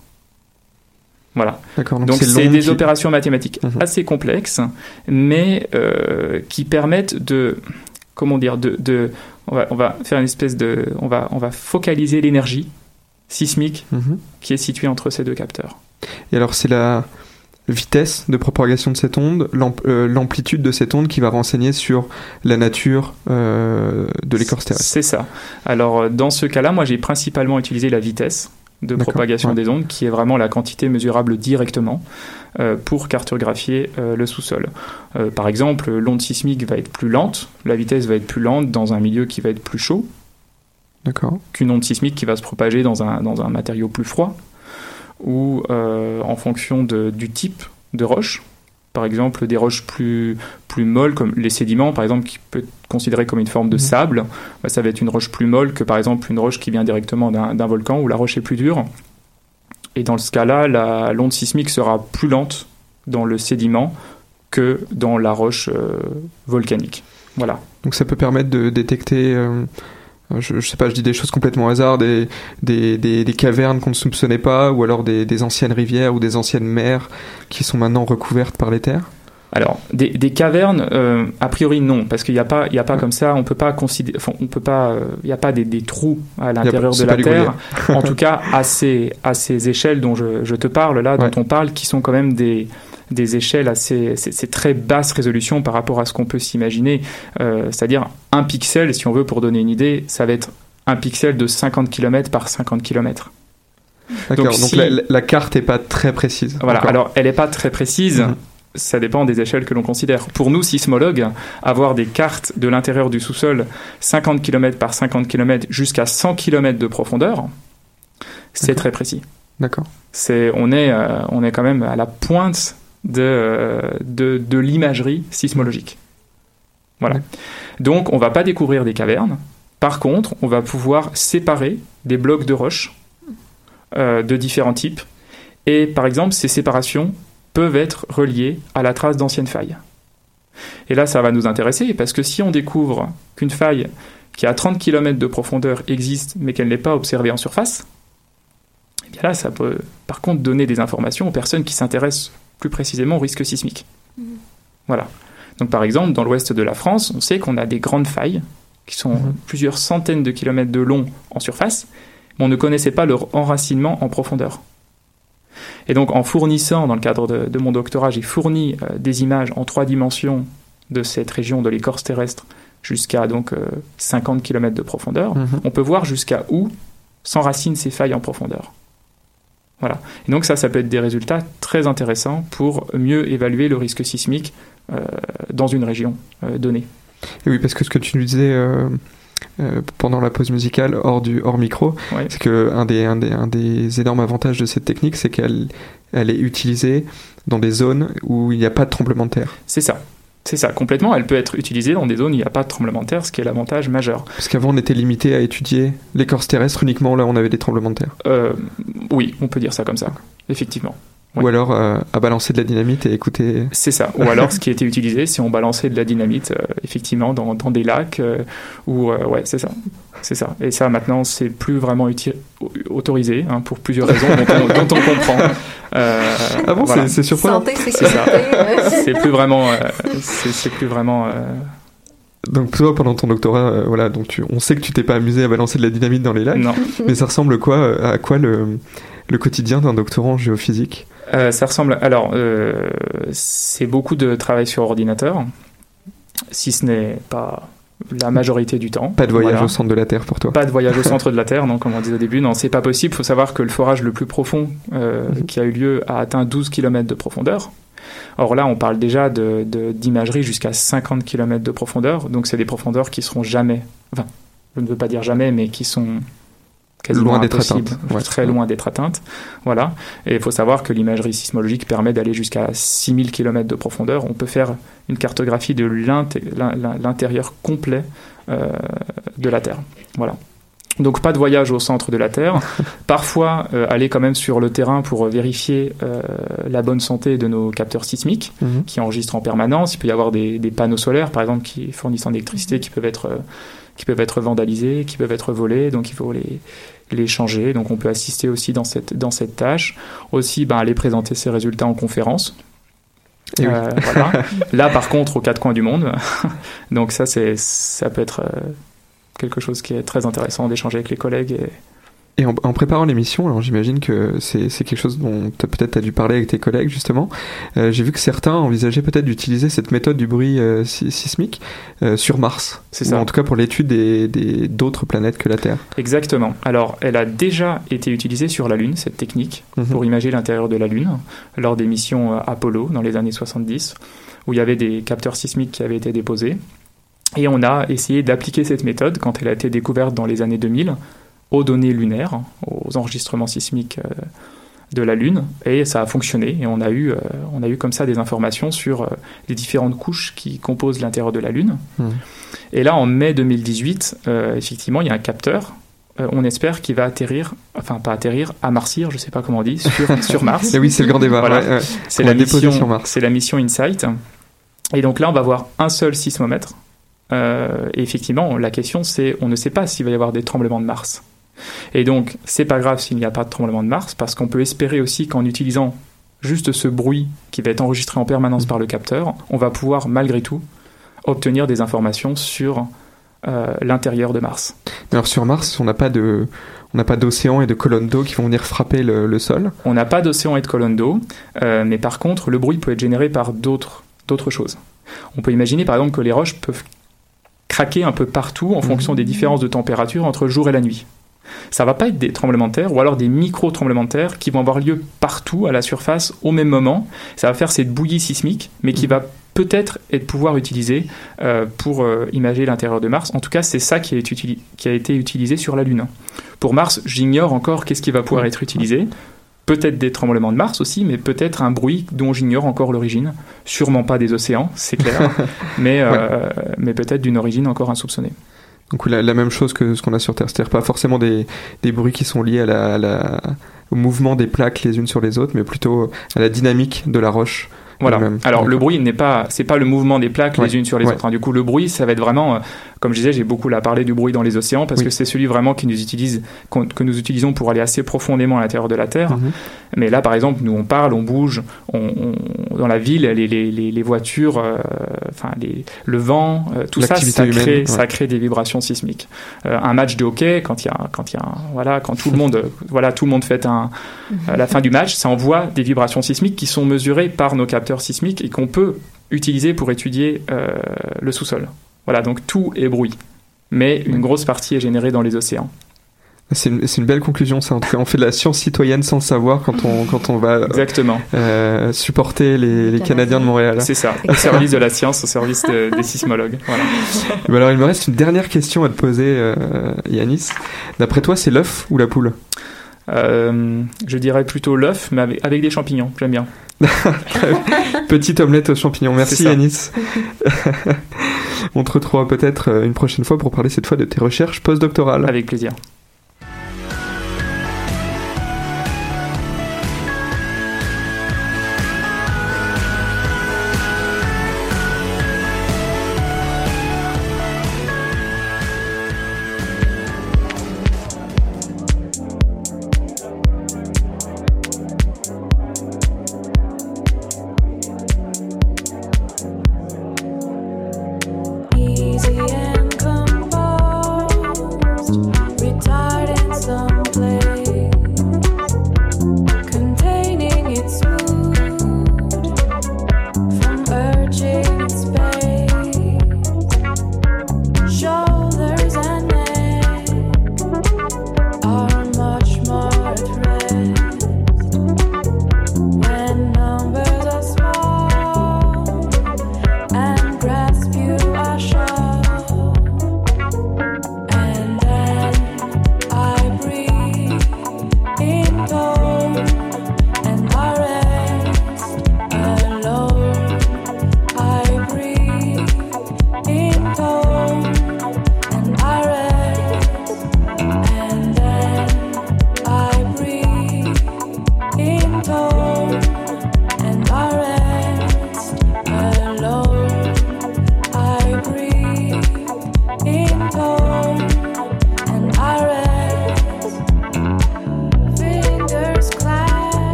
Voilà. D'accord, donc, donc c'est, c'est des qui... opérations mathématiques mmh. assez complexes, mais euh, qui permettent de, comment dire, de, de on va, on va faire une espèce de, on va, on va focaliser l'énergie sismique mmh. qui est située entre ces deux capteurs. Et alors c'est la vitesse de propagation de cette onde, l'ampl- euh, l'amplitude de cette onde qui va renseigner sur la nature euh, de l'écorce terrestre. C'est ça. Alors dans ce cas-là, moi j'ai principalement utilisé la vitesse de D'accord. propagation ouais. des ondes, qui est vraiment la quantité mesurable directement euh, pour cartographier euh, le sous-sol. Euh, par exemple, l'onde sismique va être plus lente, la vitesse va être plus lente dans un milieu qui va être plus chaud D'accord. qu'une onde sismique qui va se propager dans un, dans un matériau plus froid, ou euh, en fonction de, du type de roche. Par exemple, des roches plus, plus molles, comme les sédiments, par exemple, qui peut être considéré comme une forme de mmh. sable, bah, ça va être une roche plus molle que, par exemple, une roche qui vient directement d'un, d'un volcan, où la roche est plus dure. Et dans ce cas-là, la, l'onde sismique sera plus lente dans le sédiment que dans la roche euh, volcanique. Voilà. Donc ça peut permettre de détecter... Euh... je, je sais pas, je dis des choses complètement au hasard, des, des, des, des cavernes qu'on ne soupçonnait pas, ou alors des, des anciennes rivières ou des anciennes mers qui sont maintenant recouvertes par les terres? Alors, des, des cavernes, euh, a priori non, parce qu'il n'y a pas, il y a pas comme ça, on peut pas considérer, enfin, on peut pas, il euh, n'y a pas des, des trous à l'intérieur de la Terre, en tout cas à ces, à ces échelles dont je, je te parle là, dont ouais. on parle, qui sont quand même des, des échelles assez, c'est, c'est très basse résolution par rapport à ce qu'on peut s'imaginer, euh, c'est-à-dire un pixel, si on veut, pour donner une idée, ça va être un pixel de cinquante kilomètres par cinquante kilomètres. D'accord, donc, donc si, la, la carte n'est pas très précise. Voilà, encore. Alors elle n'est pas très précise. Mmh. Ça dépend des échelles que l'on considère. Pour nous, sismologues, avoir des cartes de l'intérieur du sous-sol cinquante kilomètres par cinquante kilomètres jusqu'à cent kilomètres de profondeur, c'est D'accord. très précis. D'accord. C'est, on, est, euh, on est quand même à la pointe de, euh, de, de l'imagerie sismologique. Voilà. Ouais. Donc, on ne va pas découvrir des cavernes. Par contre, on va pouvoir séparer des blocs de roches euh, de différents types. Et par exemple, ces séparations peuvent être reliées à la trace d'anciennes failles. Et là, ça va nous intéresser, parce que si on découvre qu'une faille qui a trente kilomètres de profondeur existe, mais qu'elle n'est pas observée en surface, eh bien là, ça peut par contre donner des informations aux personnes qui s'intéressent plus précisément au risque sismique. Mmh. Voilà. Donc par exemple, dans l'ouest de la France, on sait qu'on a des grandes failles, qui sont mmh. plusieurs centaines de kilomètres de long en surface, mais on ne connaissait pas leur enracinement en profondeur. Et donc, en fournissant, dans le cadre de, de mon doctorat, j'ai fourni euh, des images en trois dimensions de cette région de l'écorce terrestre jusqu'à donc euh, cinquante kilomètres de profondeur. Mmh. On peut voir jusqu'à où s'enracinent ces failles en profondeur. Voilà. Et donc ça, ça peut être des résultats très intéressants pour mieux évaluer le risque sismique euh, dans une région euh, donnée. Et oui, parce que ce que tu nous disais... Euh... Euh, pendant la pause musicale, hors, du, hors micro, ouais. c'est qu'un des, un des, un des énormes avantages de cette technique, c'est qu'elle elle est utilisée dans des zones où il n'y a pas de tremblement de terre. C'est ça. C'est ça, complètement. Elle peut être utilisée dans des zones où il n'y a pas de tremblement de terre, ce qui est l'avantage majeur. Parce qu'avant, on était limité à étudier l'écorce terrestre uniquement là où on avait des tremblements de terre. Euh, oui, on peut dire ça comme ça, effectivement. Oui. Ou alors euh, à balancer de la dynamite et écouter... C'est ça. Ou alors, ce qui était utilisé, c'est on balançait de la dynamite, euh, effectivement, dans, dans des lacs, euh, ou... Euh, ouais, c'est ça. C'est ça. Et ça, maintenant, c'est plus vraiment uti- autorisé, hein, pour plusieurs raisons dont, on, dont on comprend. Euh, ah bon, voilà. c'est, c'est surprenant. Santé, c'est, c'est ça. Ouais. C'est plus vraiment... Euh, c'est, c'est plus vraiment... Euh... Donc toi, pendant ton doctorat, euh, voilà, donc tu, on sait que tu t'es pas amusé à balancer de la dynamite dans les lacs. Non. Mais ça ressemble quoi, à quoi le, le quotidien d'un doctorant en géophysique? Euh, ça ressemble... Alors, euh, c'est beaucoup de travail sur ordinateur, si ce n'est pas la majorité du temps. Pas de voyage voilà. au centre de la Terre pour toi? Pas de voyage au centre de la Terre, non, comme on disait au début. Non, c'est pas possible. Il faut savoir que le forage le plus profond euh, mm-hmm. qui a eu lieu a atteint douze kilomètres de profondeur. Or là, on parle déjà de, de, d'imagerie jusqu'à cinquante kilomètres de profondeur. Donc, c'est des profondeurs qui seront jamais... Enfin, je ne veux pas dire jamais, mais qui sont... quasiment loin d'être impossible, atteinte. Ouais. Très loin d'être atteinte. Voilà. Et il faut savoir que l'imagerie sismologique permet d'aller jusqu'à six mille kilomètres de profondeur. On peut faire une cartographie de l'inté- l'intérieur complet euh, de la Terre. Voilà. Donc pas de voyage au centre de la Terre. Parfois, euh, aller quand même sur le terrain pour vérifier euh, la bonne santé de nos capteurs sismiques mm-hmm. qui enregistrent en permanence. Il peut y avoir des, des panneaux solaires, par exemple, qui fournissent en électricité, qui peuvent être... Euh, qui peuvent être vandalisés, qui peuvent être volés, donc il faut les, les changer. Donc on peut assister aussi dans cette, dans cette tâche. Aussi, ben, aller présenter ses résultats en conférence. Et euh, oui. Voilà. Là, par contre, aux quatre coins du monde. Donc ça, c'est, ça peut être euh, quelque chose qui est très intéressant d'échanger avec les collègues. Et... Et en, en préparant l'émission, alors j'imagine que c'est, c'est quelque chose dont t'as, peut-être tu as dû parler avec tes collègues justement, euh, j'ai vu que certains envisageaient peut-être d'utiliser cette méthode du bruit euh, sismique euh, sur Mars, c'est ou ça. En tout cas pour l'étude des, des, d'autres planètes que la Terre. Exactement. Alors elle a déjà été utilisée sur la Lune, cette technique, mm-hmm. pour imager l'intérieur de la Lune, lors des missions Apollo dans les années soixante-dix, où il y avait des capteurs sismiques qui avaient été déposés. Et on a essayé d'appliquer cette méthode quand elle a été découverte dans les années deux mille, aux données lunaires, aux enregistrements sismiques euh, de la Lune, et ça a fonctionné, et on a eu, euh, on a eu comme ça des informations sur euh, les différentes couches qui composent l'intérieur de la Lune. Mmh. Et là, en mai deux mille dix-huit, euh, effectivement, il y a un capteur, euh, on espère qu'il va atterrir, enfin pas atterrir, amarcir, je ne sais pas comment on dit, sur, sur Mars. Et oui, c'est le grand débat. Voilà. Ouais, ouais. C'est, la mission, sur Mars. C'est la mission InSight. Et donc là, on va voir un seul sismomètre Euh, et effectivement, la question c'est, on ne sait pas s'il va y avoir des tremblements de Mars. Et donc, c'est pas grave s'il n'y a pas de tremblement de Mars, parce qu'on peut espérer aussi qu'en utilisant juste ce bruit qui va être enregistré en permanence par le capteur, on va pouvoir malgré tout obtenir des informations sur euh, l'intérieur de Mars. Alors sur Mars, on n'a pas de, on n'a pas d'océan et de colonnes d'eau qui vont venir frapper le, le sol. On n'a pas d'océan et de colonnes d'eau, euh, mais par contre, le bruit peut être généré par d'autres, d'autres choses. On peut imaginer par exemple que les roches peuvent craquer un peu partout en fonction des différences de température entre le jour et la nuit. Ça va pas être des tremblements de terre ou alors des micro-tremblements de terre qui vont avoir lieu partout à la surface au même moment. Ça va faire cette bouillie sismique, mais qui va peut-être être pouvoir utilisée euh, pour euh, imager l'intérieur de Mars. En tout cas, c'est ça qui, est utili- qui a été utilisé sur la Lune. Pour Mars, j'ignore encore qu'est-ce qui va pouvoir être utilisé. Peut-être des tremblements de Mars aussi, mais peut-être un bruit dont j'ignore encore l'origine. Sûrement pas des océans, c'est clair, mais, euh, ouais. mais peut-être d'une origine encore insoupçonnée. Donc la, la même chose que ce qu'on a sur Terre, c'est-à-dire pas forcément des, des bruits qui sont liés à la, à la, au mouvement des plaques les unes sur les autres, mais plutôt à la dynamique de la roche. Voilà. Même. Alors D'accord. le bruit n'est pas, c'est pas le mouvement des plaques ouais. les unes sur les ouais. autres. Hein. Du coup, le bruit, ça va être vraiment, euh, comme je disais, j'ai beaucoup là parlé du bruit dans les océans parce oui. que c'est celui vraiment qui nous utilise, que nous utilisons pour aller assez profondément à l'intérieur de la Terre. Mm-hmm. Mais là, par exemple, nous on parle, on bouge, on, on, dans la ville, les, les, les, les voitures, euh, enfin les, le vent, euh, tout ça, ça humaine, crée, ouais. ça crée des vibrations sismiques. Euh, un match de hockey, quand il y a, quand il y a, un, voilà, quand tout le monde, voilà, tout le monde fête un, mm-hmm. euh, la fin du match, ça envoie des vibrations sismiques qui sont mesurées par nos capteurs sismiques et qu'on peut utiliser pour étudier euh, le sous-sol. Voilà, donc tout est bruit, mais une grosse partie est générée dans les océans. C'est une, c'est une belle conclusion, ça. En tout cas, on fait de la science citoyenne sans le savoir quand on, quand on va Exactement. Euh, supporter les, les Canadiens de Montréal. C'est ça, au service de la science, au service de, des sismologues. Voilà. Ben alors, il me reste une dernière question à te poser, euh, Yanis. D'après toi, c'est l'œuf ou la poule ? Euh, je dirais plutôt l'œuf, mais avec, avec des champignons, j'aime bien. Petite omelette aux champignons. Merci Yanis. On te retrouvera peut-être une prochaine fois pour parler cette fois de tes recherches postdoctorales. Avec plaisir. Easy and composed, retired.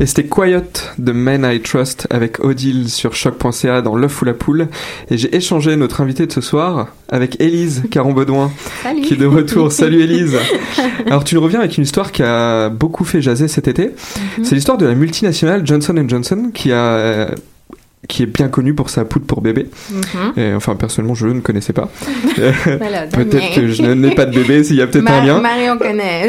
Et c'était Quiet de Men I Trust avec Odile sur choc point c a dans L'œuf ou la poule. Et j'ai échangé notre invitée de ce soir avec Élise Caron-Bedouin, qui est de retour. Salut Élise. Alors tu nous reviens avec une histoire qui a beaucoup fait jaser cet été. Mm-hmm. C'est l'histoire de la multinationale Johnson and Johnson qui a... Euh, qui est bien connue pour sa poudre pour bébé. Mm-hmm. Et, enfin, personnellement, je ne connaissais pas. Voilà, peut-être que je n'ai pas de bébé, s'il y a peut-être Ma- un lien. Marion connaît.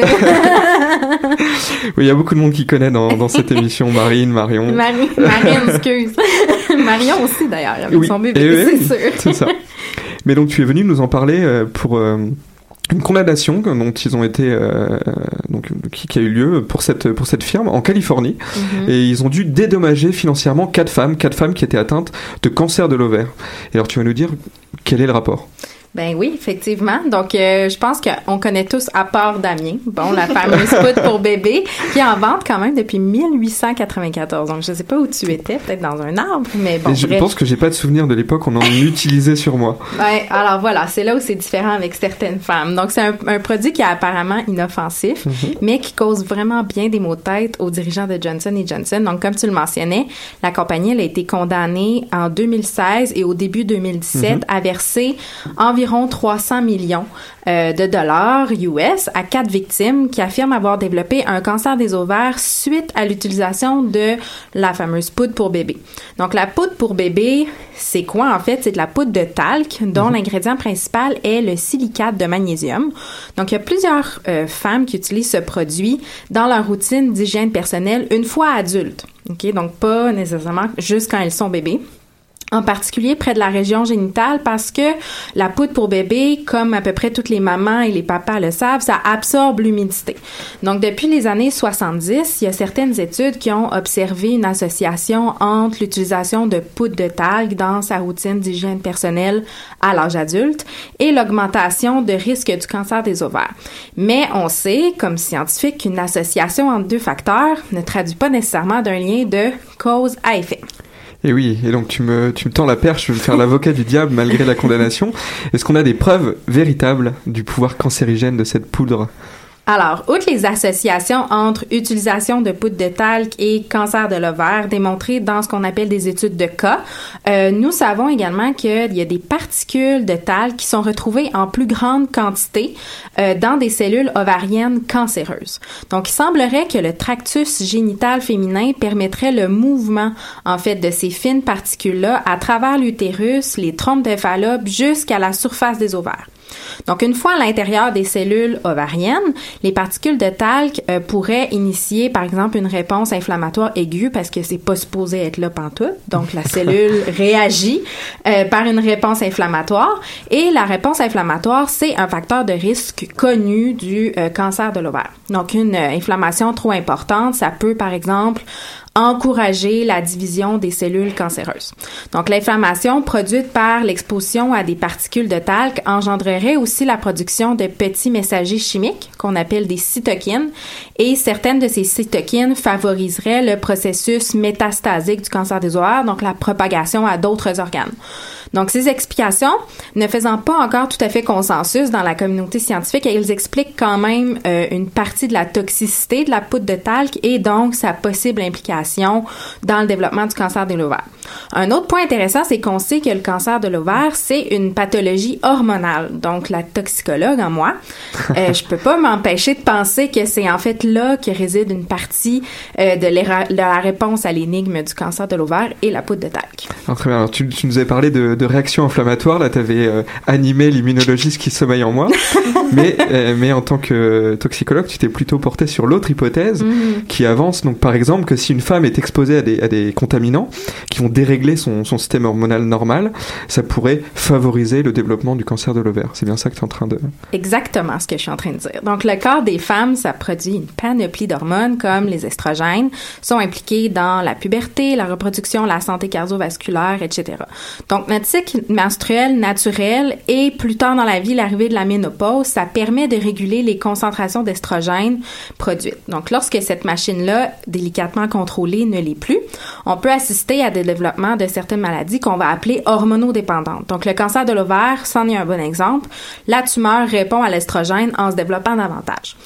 Oui, il y a beaucoup de monde qui connaît dans, dans cette émission. Marine, Marion. Marie, Marine, excuse. Marion aussi, d'ailleurs, avec oui. son bébé, et c'est oui, sûr. C'est ça. Mais donc, tu es venu nous en parler pour... Euh, une condamnation dont ils ont été euh, donc qui, qui a eu lieu pour cette pour cette firme en Californie mm-hmm. et ils ont dû dédommager financièrement quatre femmes quatre femmes qui étaient atteintes de cancer de l'ovaire. Et alors tu vas nous dire quel est le rapport? Ben oui, effectivement. Donc, euh, je pense qu'on connaît tous, à part Damien, bon, la fameuse poudre pour bébé, qui est en vente quand même depuis dix-huit cent quatre-vingt-quatorze. Donc, je sais pas où tu étais, peut-être dans un arbre, mais bon, et je bref. pense que j'ai pas de souvenir de l'époque où on en utilisait sur moi. Ben, alors voilà, c'est là où c'est différent avec certaines femmes. Donc, c'est un, un produit qui est apparemment inoffensif, mm-hmm. mais qui cause vraiment bien des maux de tête aux dirigeants de Johnson and Johnson. Donc, comme tu le mentionnais, la compagnie, elle a été condamnée en deux mille seize et au début deux mille dix-sept mm-hmm. à verser environ trois cents millions euh, de dollars U S à quatre victimes qui affirment avoir développé un cancer des ovaires suite à l'utilisation de la fameuse poudre pour bébé. Donc, la poudre pour bébé, c'est quoi en fait? C'est de la poudre de talc dont mmh. l'ingrédient principal est le silicate de magnésium. Donc, il y a plusieurs euh, femmes qui utilisent ce produit dans leur routine d'hygiène personnelle une fois adultes. OK? Donc, pas nécessairement juste quand elles sont bébés. En particulier près de la région génitale parce que la poudre pour bébé, comme à peu près toutes les mamans et les papas le savent, ça absorbe l'humidité. Donc, depuis les années soixante-dix, il y a certaines études qui ont observé une association entre l'utilisation de poudre de talc dans sa routine d'hygiène personnelle à l'âge adulte et l'augmentation de risque du cancer des ovaires. Mais on sait, comme scientifique, qu'une association entre deux facteurs ne traduit pas nécessairement d'un lien de cause à effet. Et oui, et donc tu me, tu me tends la perche, je vais me faire l'avocat du diable malgré la condamnation. Est-ce qu'on a des preuves véritables du pouvoir cancérigène de cette poudre? Alors, outre les associations entre utilisation de poudre de talc et cancer de l'ovaire démontrées dans ce qu'on appelle des études de cas, euh, nous savons également qu'il y a des particules de talc qui sont retrouvées en plus grande quantité euh, dans des cellules ovariennes cancéreuses. Donc, il semblerait que le tractus génital féminin permettrait le mouvement, en fait, de ces fines particules-là à travers l'utérus, les trompes de Fallope jusqu'à la surface des ovaires. Donc, une fois à l'intérieur des cellules ovariennes, les particules de talc euh, pourraient initier, par exemple, une réponse inflammatoire aiguë parce que c'est pas supposé être là pantoute. Donc, la cellule réagit euh, par une réponse inflammatoire et la réponse inflammatoire, c'est un facteur de risque connu du euh, cancer de l'ovaire. Donc, une euh, inflammation trop importante, ça peut, par exemple, encourager la division des cellules cancéreuses. Donc, l'inflammation produite par l'exposition à des particules de talc engendrerait aussi la production de petits messagers chimiques qu'on appelle des cytokines et certaines de ces cytokines favoriseraient le processus métastasique du cancer des ovaires, donc la propagation à d'autres organes. Donc, ces explications, ne faisant pas encore tout à fait consensus dans la communauté scientifique, elles expliquent quand même euh, une partie de la toxicité de la poudre de talc et donc sa possible implication dans le développement du cancer de l'ovaire. Un autre point intéressant, c'est qu'on sait que le cancer de l'ovaire, c'est une pathologie hormonale. Donc, la toxicologue en moi, euh, je peux pas m'empêcher de penser que c'est en fait là que réside une partie euh, de, de la réponse à l'énigme du cancer de l'ovaire et la poudre de talc. Alors, très bien. Alors, tu, tu nous avais parlé de, de réactions inflammatoires. Là, tu avais euh, animé l'immunologiste qui sommeille en moi. mais, euh, mais en tant que toxicologue, tu t'es plutôt porté sur l'autre hypothèse mm-hmm. qui avance, donc, par exemple, que si une femme est exposée à des, à des contaminants qui vont dérégler son, son système hormonal normal, ça pourrait favoriser le développement du cancer de l'ovaire. C'est bien ça que tu es en train de... Exactement ce que je suis en train de dire. Donc, le corps des femmes, ça produit une panoplie d'hormones comme les estrogènes, sont impliqués dans la puberté, la reproduction, la santé cardiovasculaire, et cetera. Donc, notre cycle menstruel naturel et plus tard dans la vie, l'arrivée de la ménopause, ça permet de réguler les concentrations d'estrogènes produites. Donc, lorsque cette machine-là, délicatement contrôlée, ne l'est plus, on peut assister à des développements de certaines maladies qu'on va appeler hormonodépendantes. Donc, le cancer de l'ovaire, c'en est un bon exemple. La tumeur répond à l'estrogène en se développant davantage.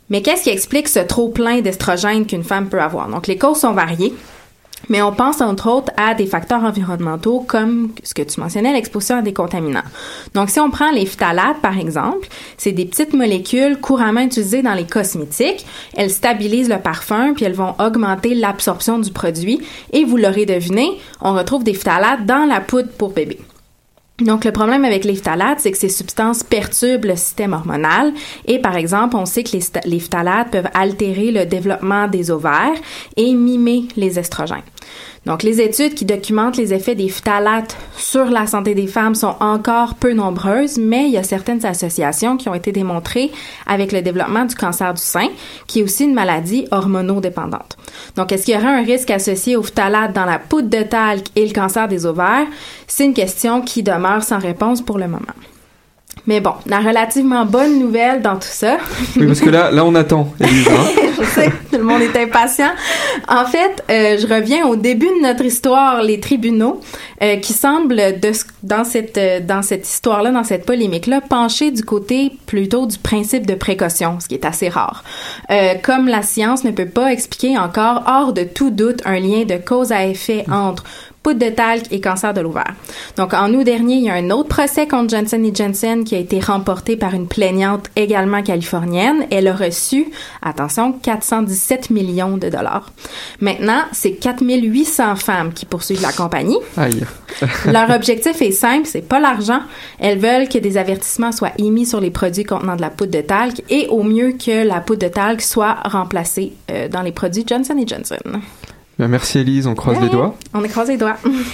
Mais qu'est-ce qui explique ce trop-plein d'estrogène qu'une femme peut avoir? Donc, les causes sont variées. Mais on pense entre autres à des facteurs environnementaux comme ce que tu mentionnais, l'exposition à des contaminants. Donc, si on prend les phtalates, par exemple, c'est des petites molécules couramment utilisées dans les cosmétiques. Elles stabilisent le parfum, puis elles vont augmenter l'absorption du produit. Et vous l'aurez deviné, on retrouve des phtalates dans la poudre pour bébé. Donc, le problème avec les phtalates, c'est que ces substances perturbent le système hormonal et, par exemple, on sait que les, st- les phtalates peuvent altérer le développement des ovaires et mimer les estrogènes. Donc, les études qui documentent les effets des phtalates sur la santé des femmes sont encore peu nombreuses, mais il y a certaines associations qui ont été démontrées avec le développement du cancer du sein, qui est aussi une maladie hormonodépendante. Donc, est-ce qu'il y aurait un risque associé aux phtalates dans la poudre de talc et le cancer des ovaires? C'est une question qui demeure sans réponse pour le moment. Mais bon, la relativement bonne nouvelle dans tout ça... Oui, parce que là, là on attend, Élise. Hein? Je sais, tout le monde est impatient. En fait, euh, je reviens au début de notre histoire, les tribunaux, euh, qui semblent, de, dans cette, dans cette histoire-là, dans cette polémique-là, pencher du côté plutôt du principe de précaution, ce qui est assez rare. Euh, comme la science ne peut pas expliquer encore, hors de tout doute, un lien de cause à effet entre poudre de talc et cancer de l'ovaire. Donc, en août dernier, il y a un autre procès contre Johnson and Johnson qui a été remporté par une plaignante également californienne. Elle a reçu, attention, quatre cent dix-sept millions de dollars. Maintenant, c'est quatre mille huit cents femmes qui poursuivent la compagnie. Aïe. Leur objectif est simple, c'est pas l'argent. Elles veulent que des avertissements soient émis sur les produits contenant de la poudre de talc et au mieux que la poudre de talc soit remplacée euh, dans les produits Johnson and Johnson. Bien, merci Élise, on croise ouais, les doigts. On croise les doigts.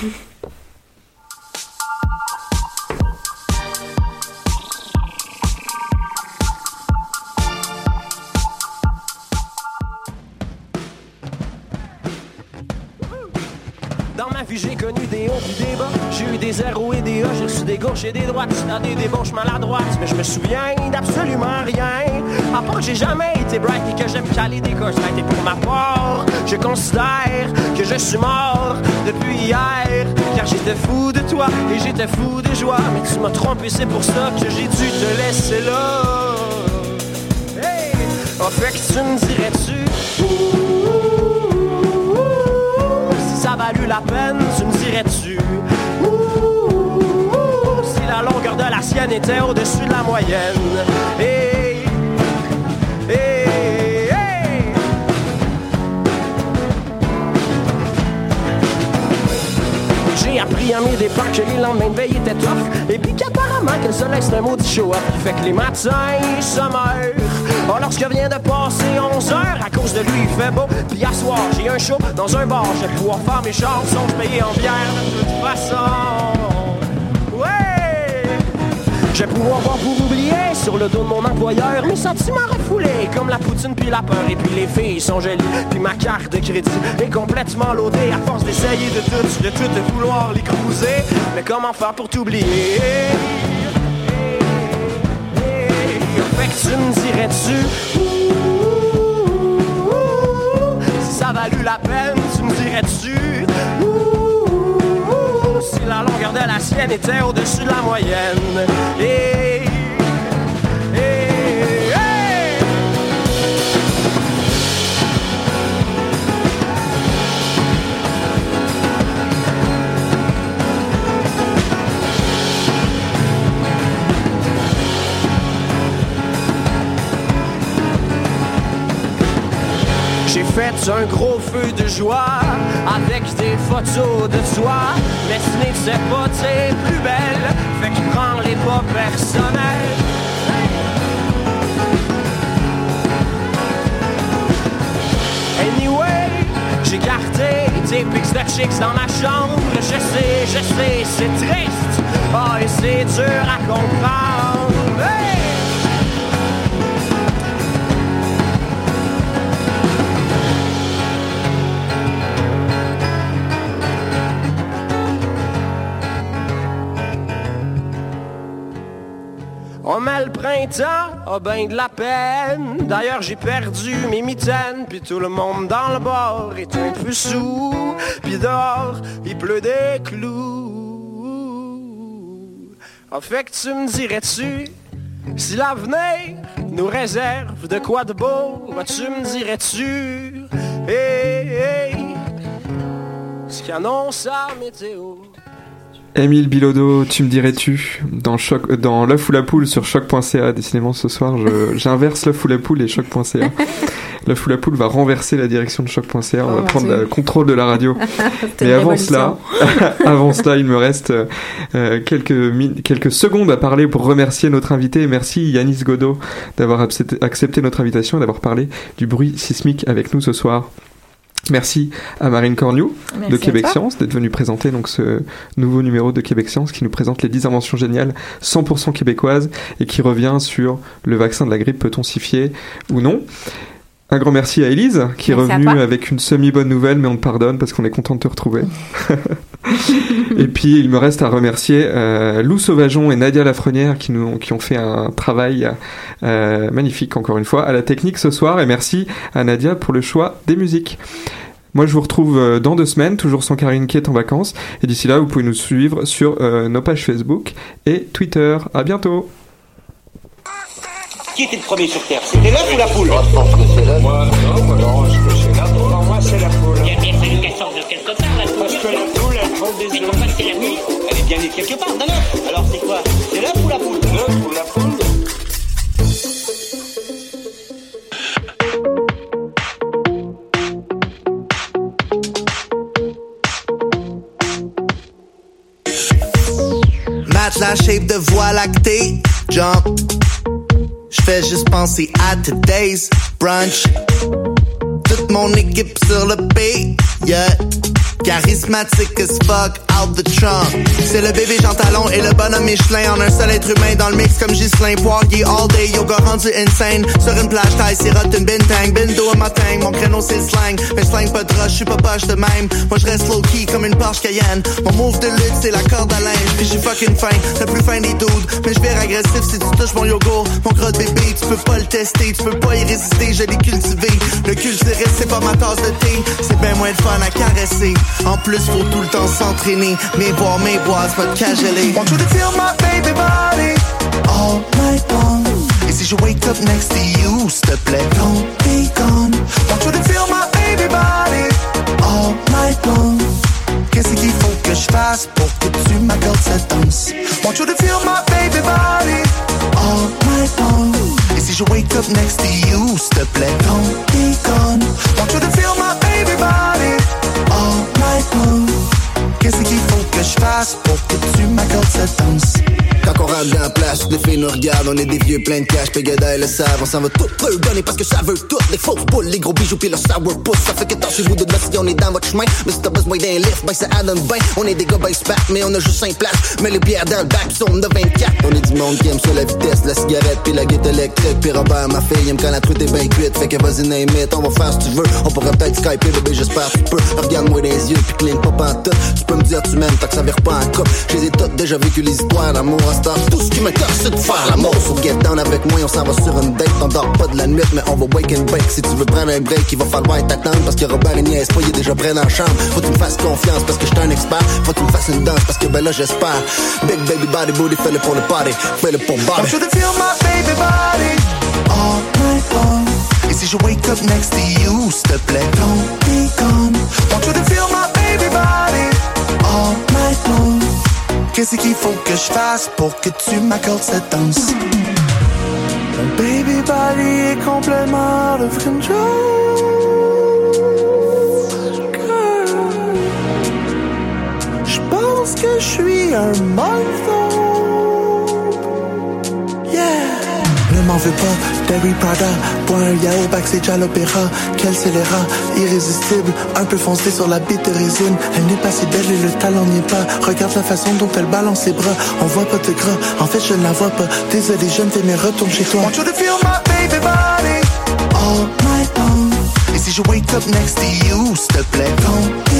Dans ma vie, j'ai connu des hauts puis des bas. J'ai eu des zéros et des A, j'ai reçu des gauches et des droites. Dans des débauches maladroites, mais je me souviens d'absolument rien. À part que j'ai jamais été bright et que j'aime caler des coches. Et pour ma part, je considère que je suis mort depuis hier. Car j'étais fou de toi et j'étais fou de joie. Mais tu m'as trompé, c'est pour ça que j'ai dû te laisser là. Hey! En fait que tu me dirais-tu ça a valu la peine, tu me dirais-tu Ouh, si la longueur de la sienne était au-dessus de la moyenne. Hey, hey, hey. J'ai appris à mes dépens que les lendemains de veille étaient tough. Et puis qu'apparemment que le soleil c'est un maudit show-up qui fait que les matins se meurent. Oh, lorsque vient de passer onze heures, à cause de lui il fait beau. Puis à soir, j'ai un show dans un bar. Je vais pouvoir faire mes chansons, je paye en bière de toute façon. Ouais! Je vais pouvoir boire pour oublier sur le dos de mon employeur mes sentiments refoulés comme la poutine puis la peur. Et puis les filles sont jolies, puis ma carte de crédit est complètement loadée. À force d'essayer de tout, de tout, de vouloir les cruiser. Mais comment faire pour t'oublier? Fait que tu me dirais-tu ouh, si ça a valu la peine, tu me dirais-tu ouh, si la longueur de la sienne était au-dessus de la moyenne. Hey, hey, hey. J'ai fait un gros feu de joie avec des photos de toi. Mais ce n'était pas tes plus belles, fait que prends-les pas personnelles. Anyway, j'ai gardé tes pics de chicks dans ma chambre. Je sais, je sais, c'est triste, oh, et c'est dur à comprendre. Hey! Oh, mais le printemps a ben de la peine. D'ailleurs, j'ai perdu mes mitaines. Puis tout le monde dans le bar est un peu sous. Puis dehors, il pleut des clous. En fait que tu me dirais-tu si l'avenir nous réserve de quoi de beau? Tu me dirais-tu? Hey, hey, ce qui annonce la météo. Émile Bilodeau, tu me dirais-tu, dans, choc, dans l'œuf ou la poule sur choc point c a. Décidément, ce soir, je, j'inverse l'œuf ou la poule et choc point c a. L'œuf ou la poule va renverser la direction de choc point c a. On oh, va prendre le contrôle de la radio. Mais avant cela, avant cela, il me reste euh, quelques, mi- quelques secondes à parler pour remercier notre invité. Merci Yanis Godot d'avoir accepté, accepté notre invitation et d'avoir parlé du bruit sismique avec nous ce soir. Merci à Marine Cornu de Québec Science d'être venue présenter donc ce nouveau numéro de Québec Science qui nous présente les dix inventions géniales cent pour cent québécoises et qui revient sur le vaccin de la grippe, peut-on s'y fier ou non. Un grand merci à Élise qui merci est revenue avec une semi-bonne nouvelle, mais on te pardonne parce qu'on est content de te retrouver. Et puis il me reste à remercier euh, Lou Sauvageon et Nadia Lafrenière qui, nous, qui ont fait un travail euh, magnifique encore une fois à la technique ce soir, et merci à Nadia pour le choix des musiques. Moi je vous retrouve dans deux semaines, toujours sans Karine qui est en vacances, et d'ici là vous pouvez nous suivre sur euh, nos pages Facebook et Twitter. À bientôt. Qui était le premier sur Terre? C'était l'œuf ou la poule? Moi, je pense que c'est l'œuf. Moi, non, moi, non, je pense que c'est la poule. Non, moi, c'est la poule. Il y a bien fallu qu'elle sorte de quelque part, la poule. Parce que la poule, elle prend des œufs. Et pourquoi c'est la nuit? Elle est bien née quelque part, d'un œuf. Alors, c'est quoi? C'est l'œuf ou la poule? L'œuf ou la poule? Matelas shape de voie lactée, jump. J'fais juste penser à today's brunch. Toute mon équipe sur le P, yeah. Charismatique as fuck, out the trunk. C'est le bébé Jean Talon et le bonhomme Michelin en un seul être humain dans le mix comme Ghislain. Poirier all day, yoga rendu insane. Sur une plage taille, sirote une bintang. Bindo à matin, mon créneau c'est le slang. Mais slang pas de rush, j'suis pas poche de même. Moi j'reste low key comme une Porsche Cayenne. Mon move de lutte c'est la corde à linge. Puis j'suis fucking fin, le plus fin des dudes. Mais j'vire agressif si tu touches mon yogourt. Mon gros de bébé, tu peux pas le tester. Tu peux pas y résister, je l'ai cultivé. Le culturiste c'est pas ma tasse de thé. C'est ben moins de fun à caresser. En plus, faut tout le temps s'entraîner. Mais boire, mais boire, c'est pas de cageler. Want you to feel my baby body all night long. Et si je wake up next to you, s'il te plaît, don't be gone. Want you to feel my baby body all night long. Qu'est-ce qu'il faut que je fasse pour que tu m'accordes cette danse? Want you to feel my baby body all night long. Et si je wake up next to you, s'il te plaît, don't be gone. Want you to feel my baby body all night long. Qu'est-ce qu'il faut que je fasse pour que tu m'accordes cette danse? Quand on rentre dans la place, les filles nous regardent, on est des vieux pleins de cash, Pégada et le savent, on s'en va tout peu donner parce que ça veut tout, les fausses boules, les gros bijoux pis le sourpuss, ça fait que tâchez-vous de si on est dans votre chemin, mais si t'as besoin d'un lift, ben ça donne bien, on est des gars ben spat, mais on a juste cinq places, mais les bières dans le bac, pis on en a vingt-quatre, on est du monde qui aime sur la vitesse, la cigarette pis la guette électrique, pis Robert, ma fille, aime quand la truite est ben cuite, fait que vas-y name it, on va faire ce que tu veux, on pourrait peut-être skyper, bébé j'espère tu peux, regarde-moi dans les yeux pis clean pas pantoute, tu peux me dire tu m'aimes, tant que ça vire pas en couple, je les ai toutes déjà vécu les histoires d'amour à star, tout ce qui m'intéresse c'est de faire l'amour, so get down avec moi, on s'en va sur une date, on dort pas de la nuit, mais on va wake and bake, si tu veux prendre un break, il va falloir t'attendre, parce que Robert il niaise pas, il est déjà prêt dans la chambre, faut que tu me fasses confiance, parce que j'suis un expert, faut que tu me fasses une danse, parce que ben là j'espère, big baby body booty, fais-le pour le party, fais-le pour Bobby. Want you to feel my baby body all night long. Et si je wake up next to you, s'il te plaît, don't be gone. Want you to feel my baby body all night long. Qu'est-ce qu'il faut que je fasse pour que tu m'accordes cette danse? Mon baby body est complètement out of control. Je pense que je suis un monster. Yeah. Ne m'en veux pas, Derry Prada. Bois un yaourt, backstage à l'opéra. Quel scélérat, irrésistible. Un peu foncé sur la bite de résine. Elle n'est pas si belle et le talent n'y est pas. Regarde la façon dont elle balance ses bras. On voit pas de gras, en fait je ne la vois pas. Désolé jeune fille mais retourne chez toi. Want you to feel my baby body all night long. Et si je wake up next to you, s'il te plaît, don't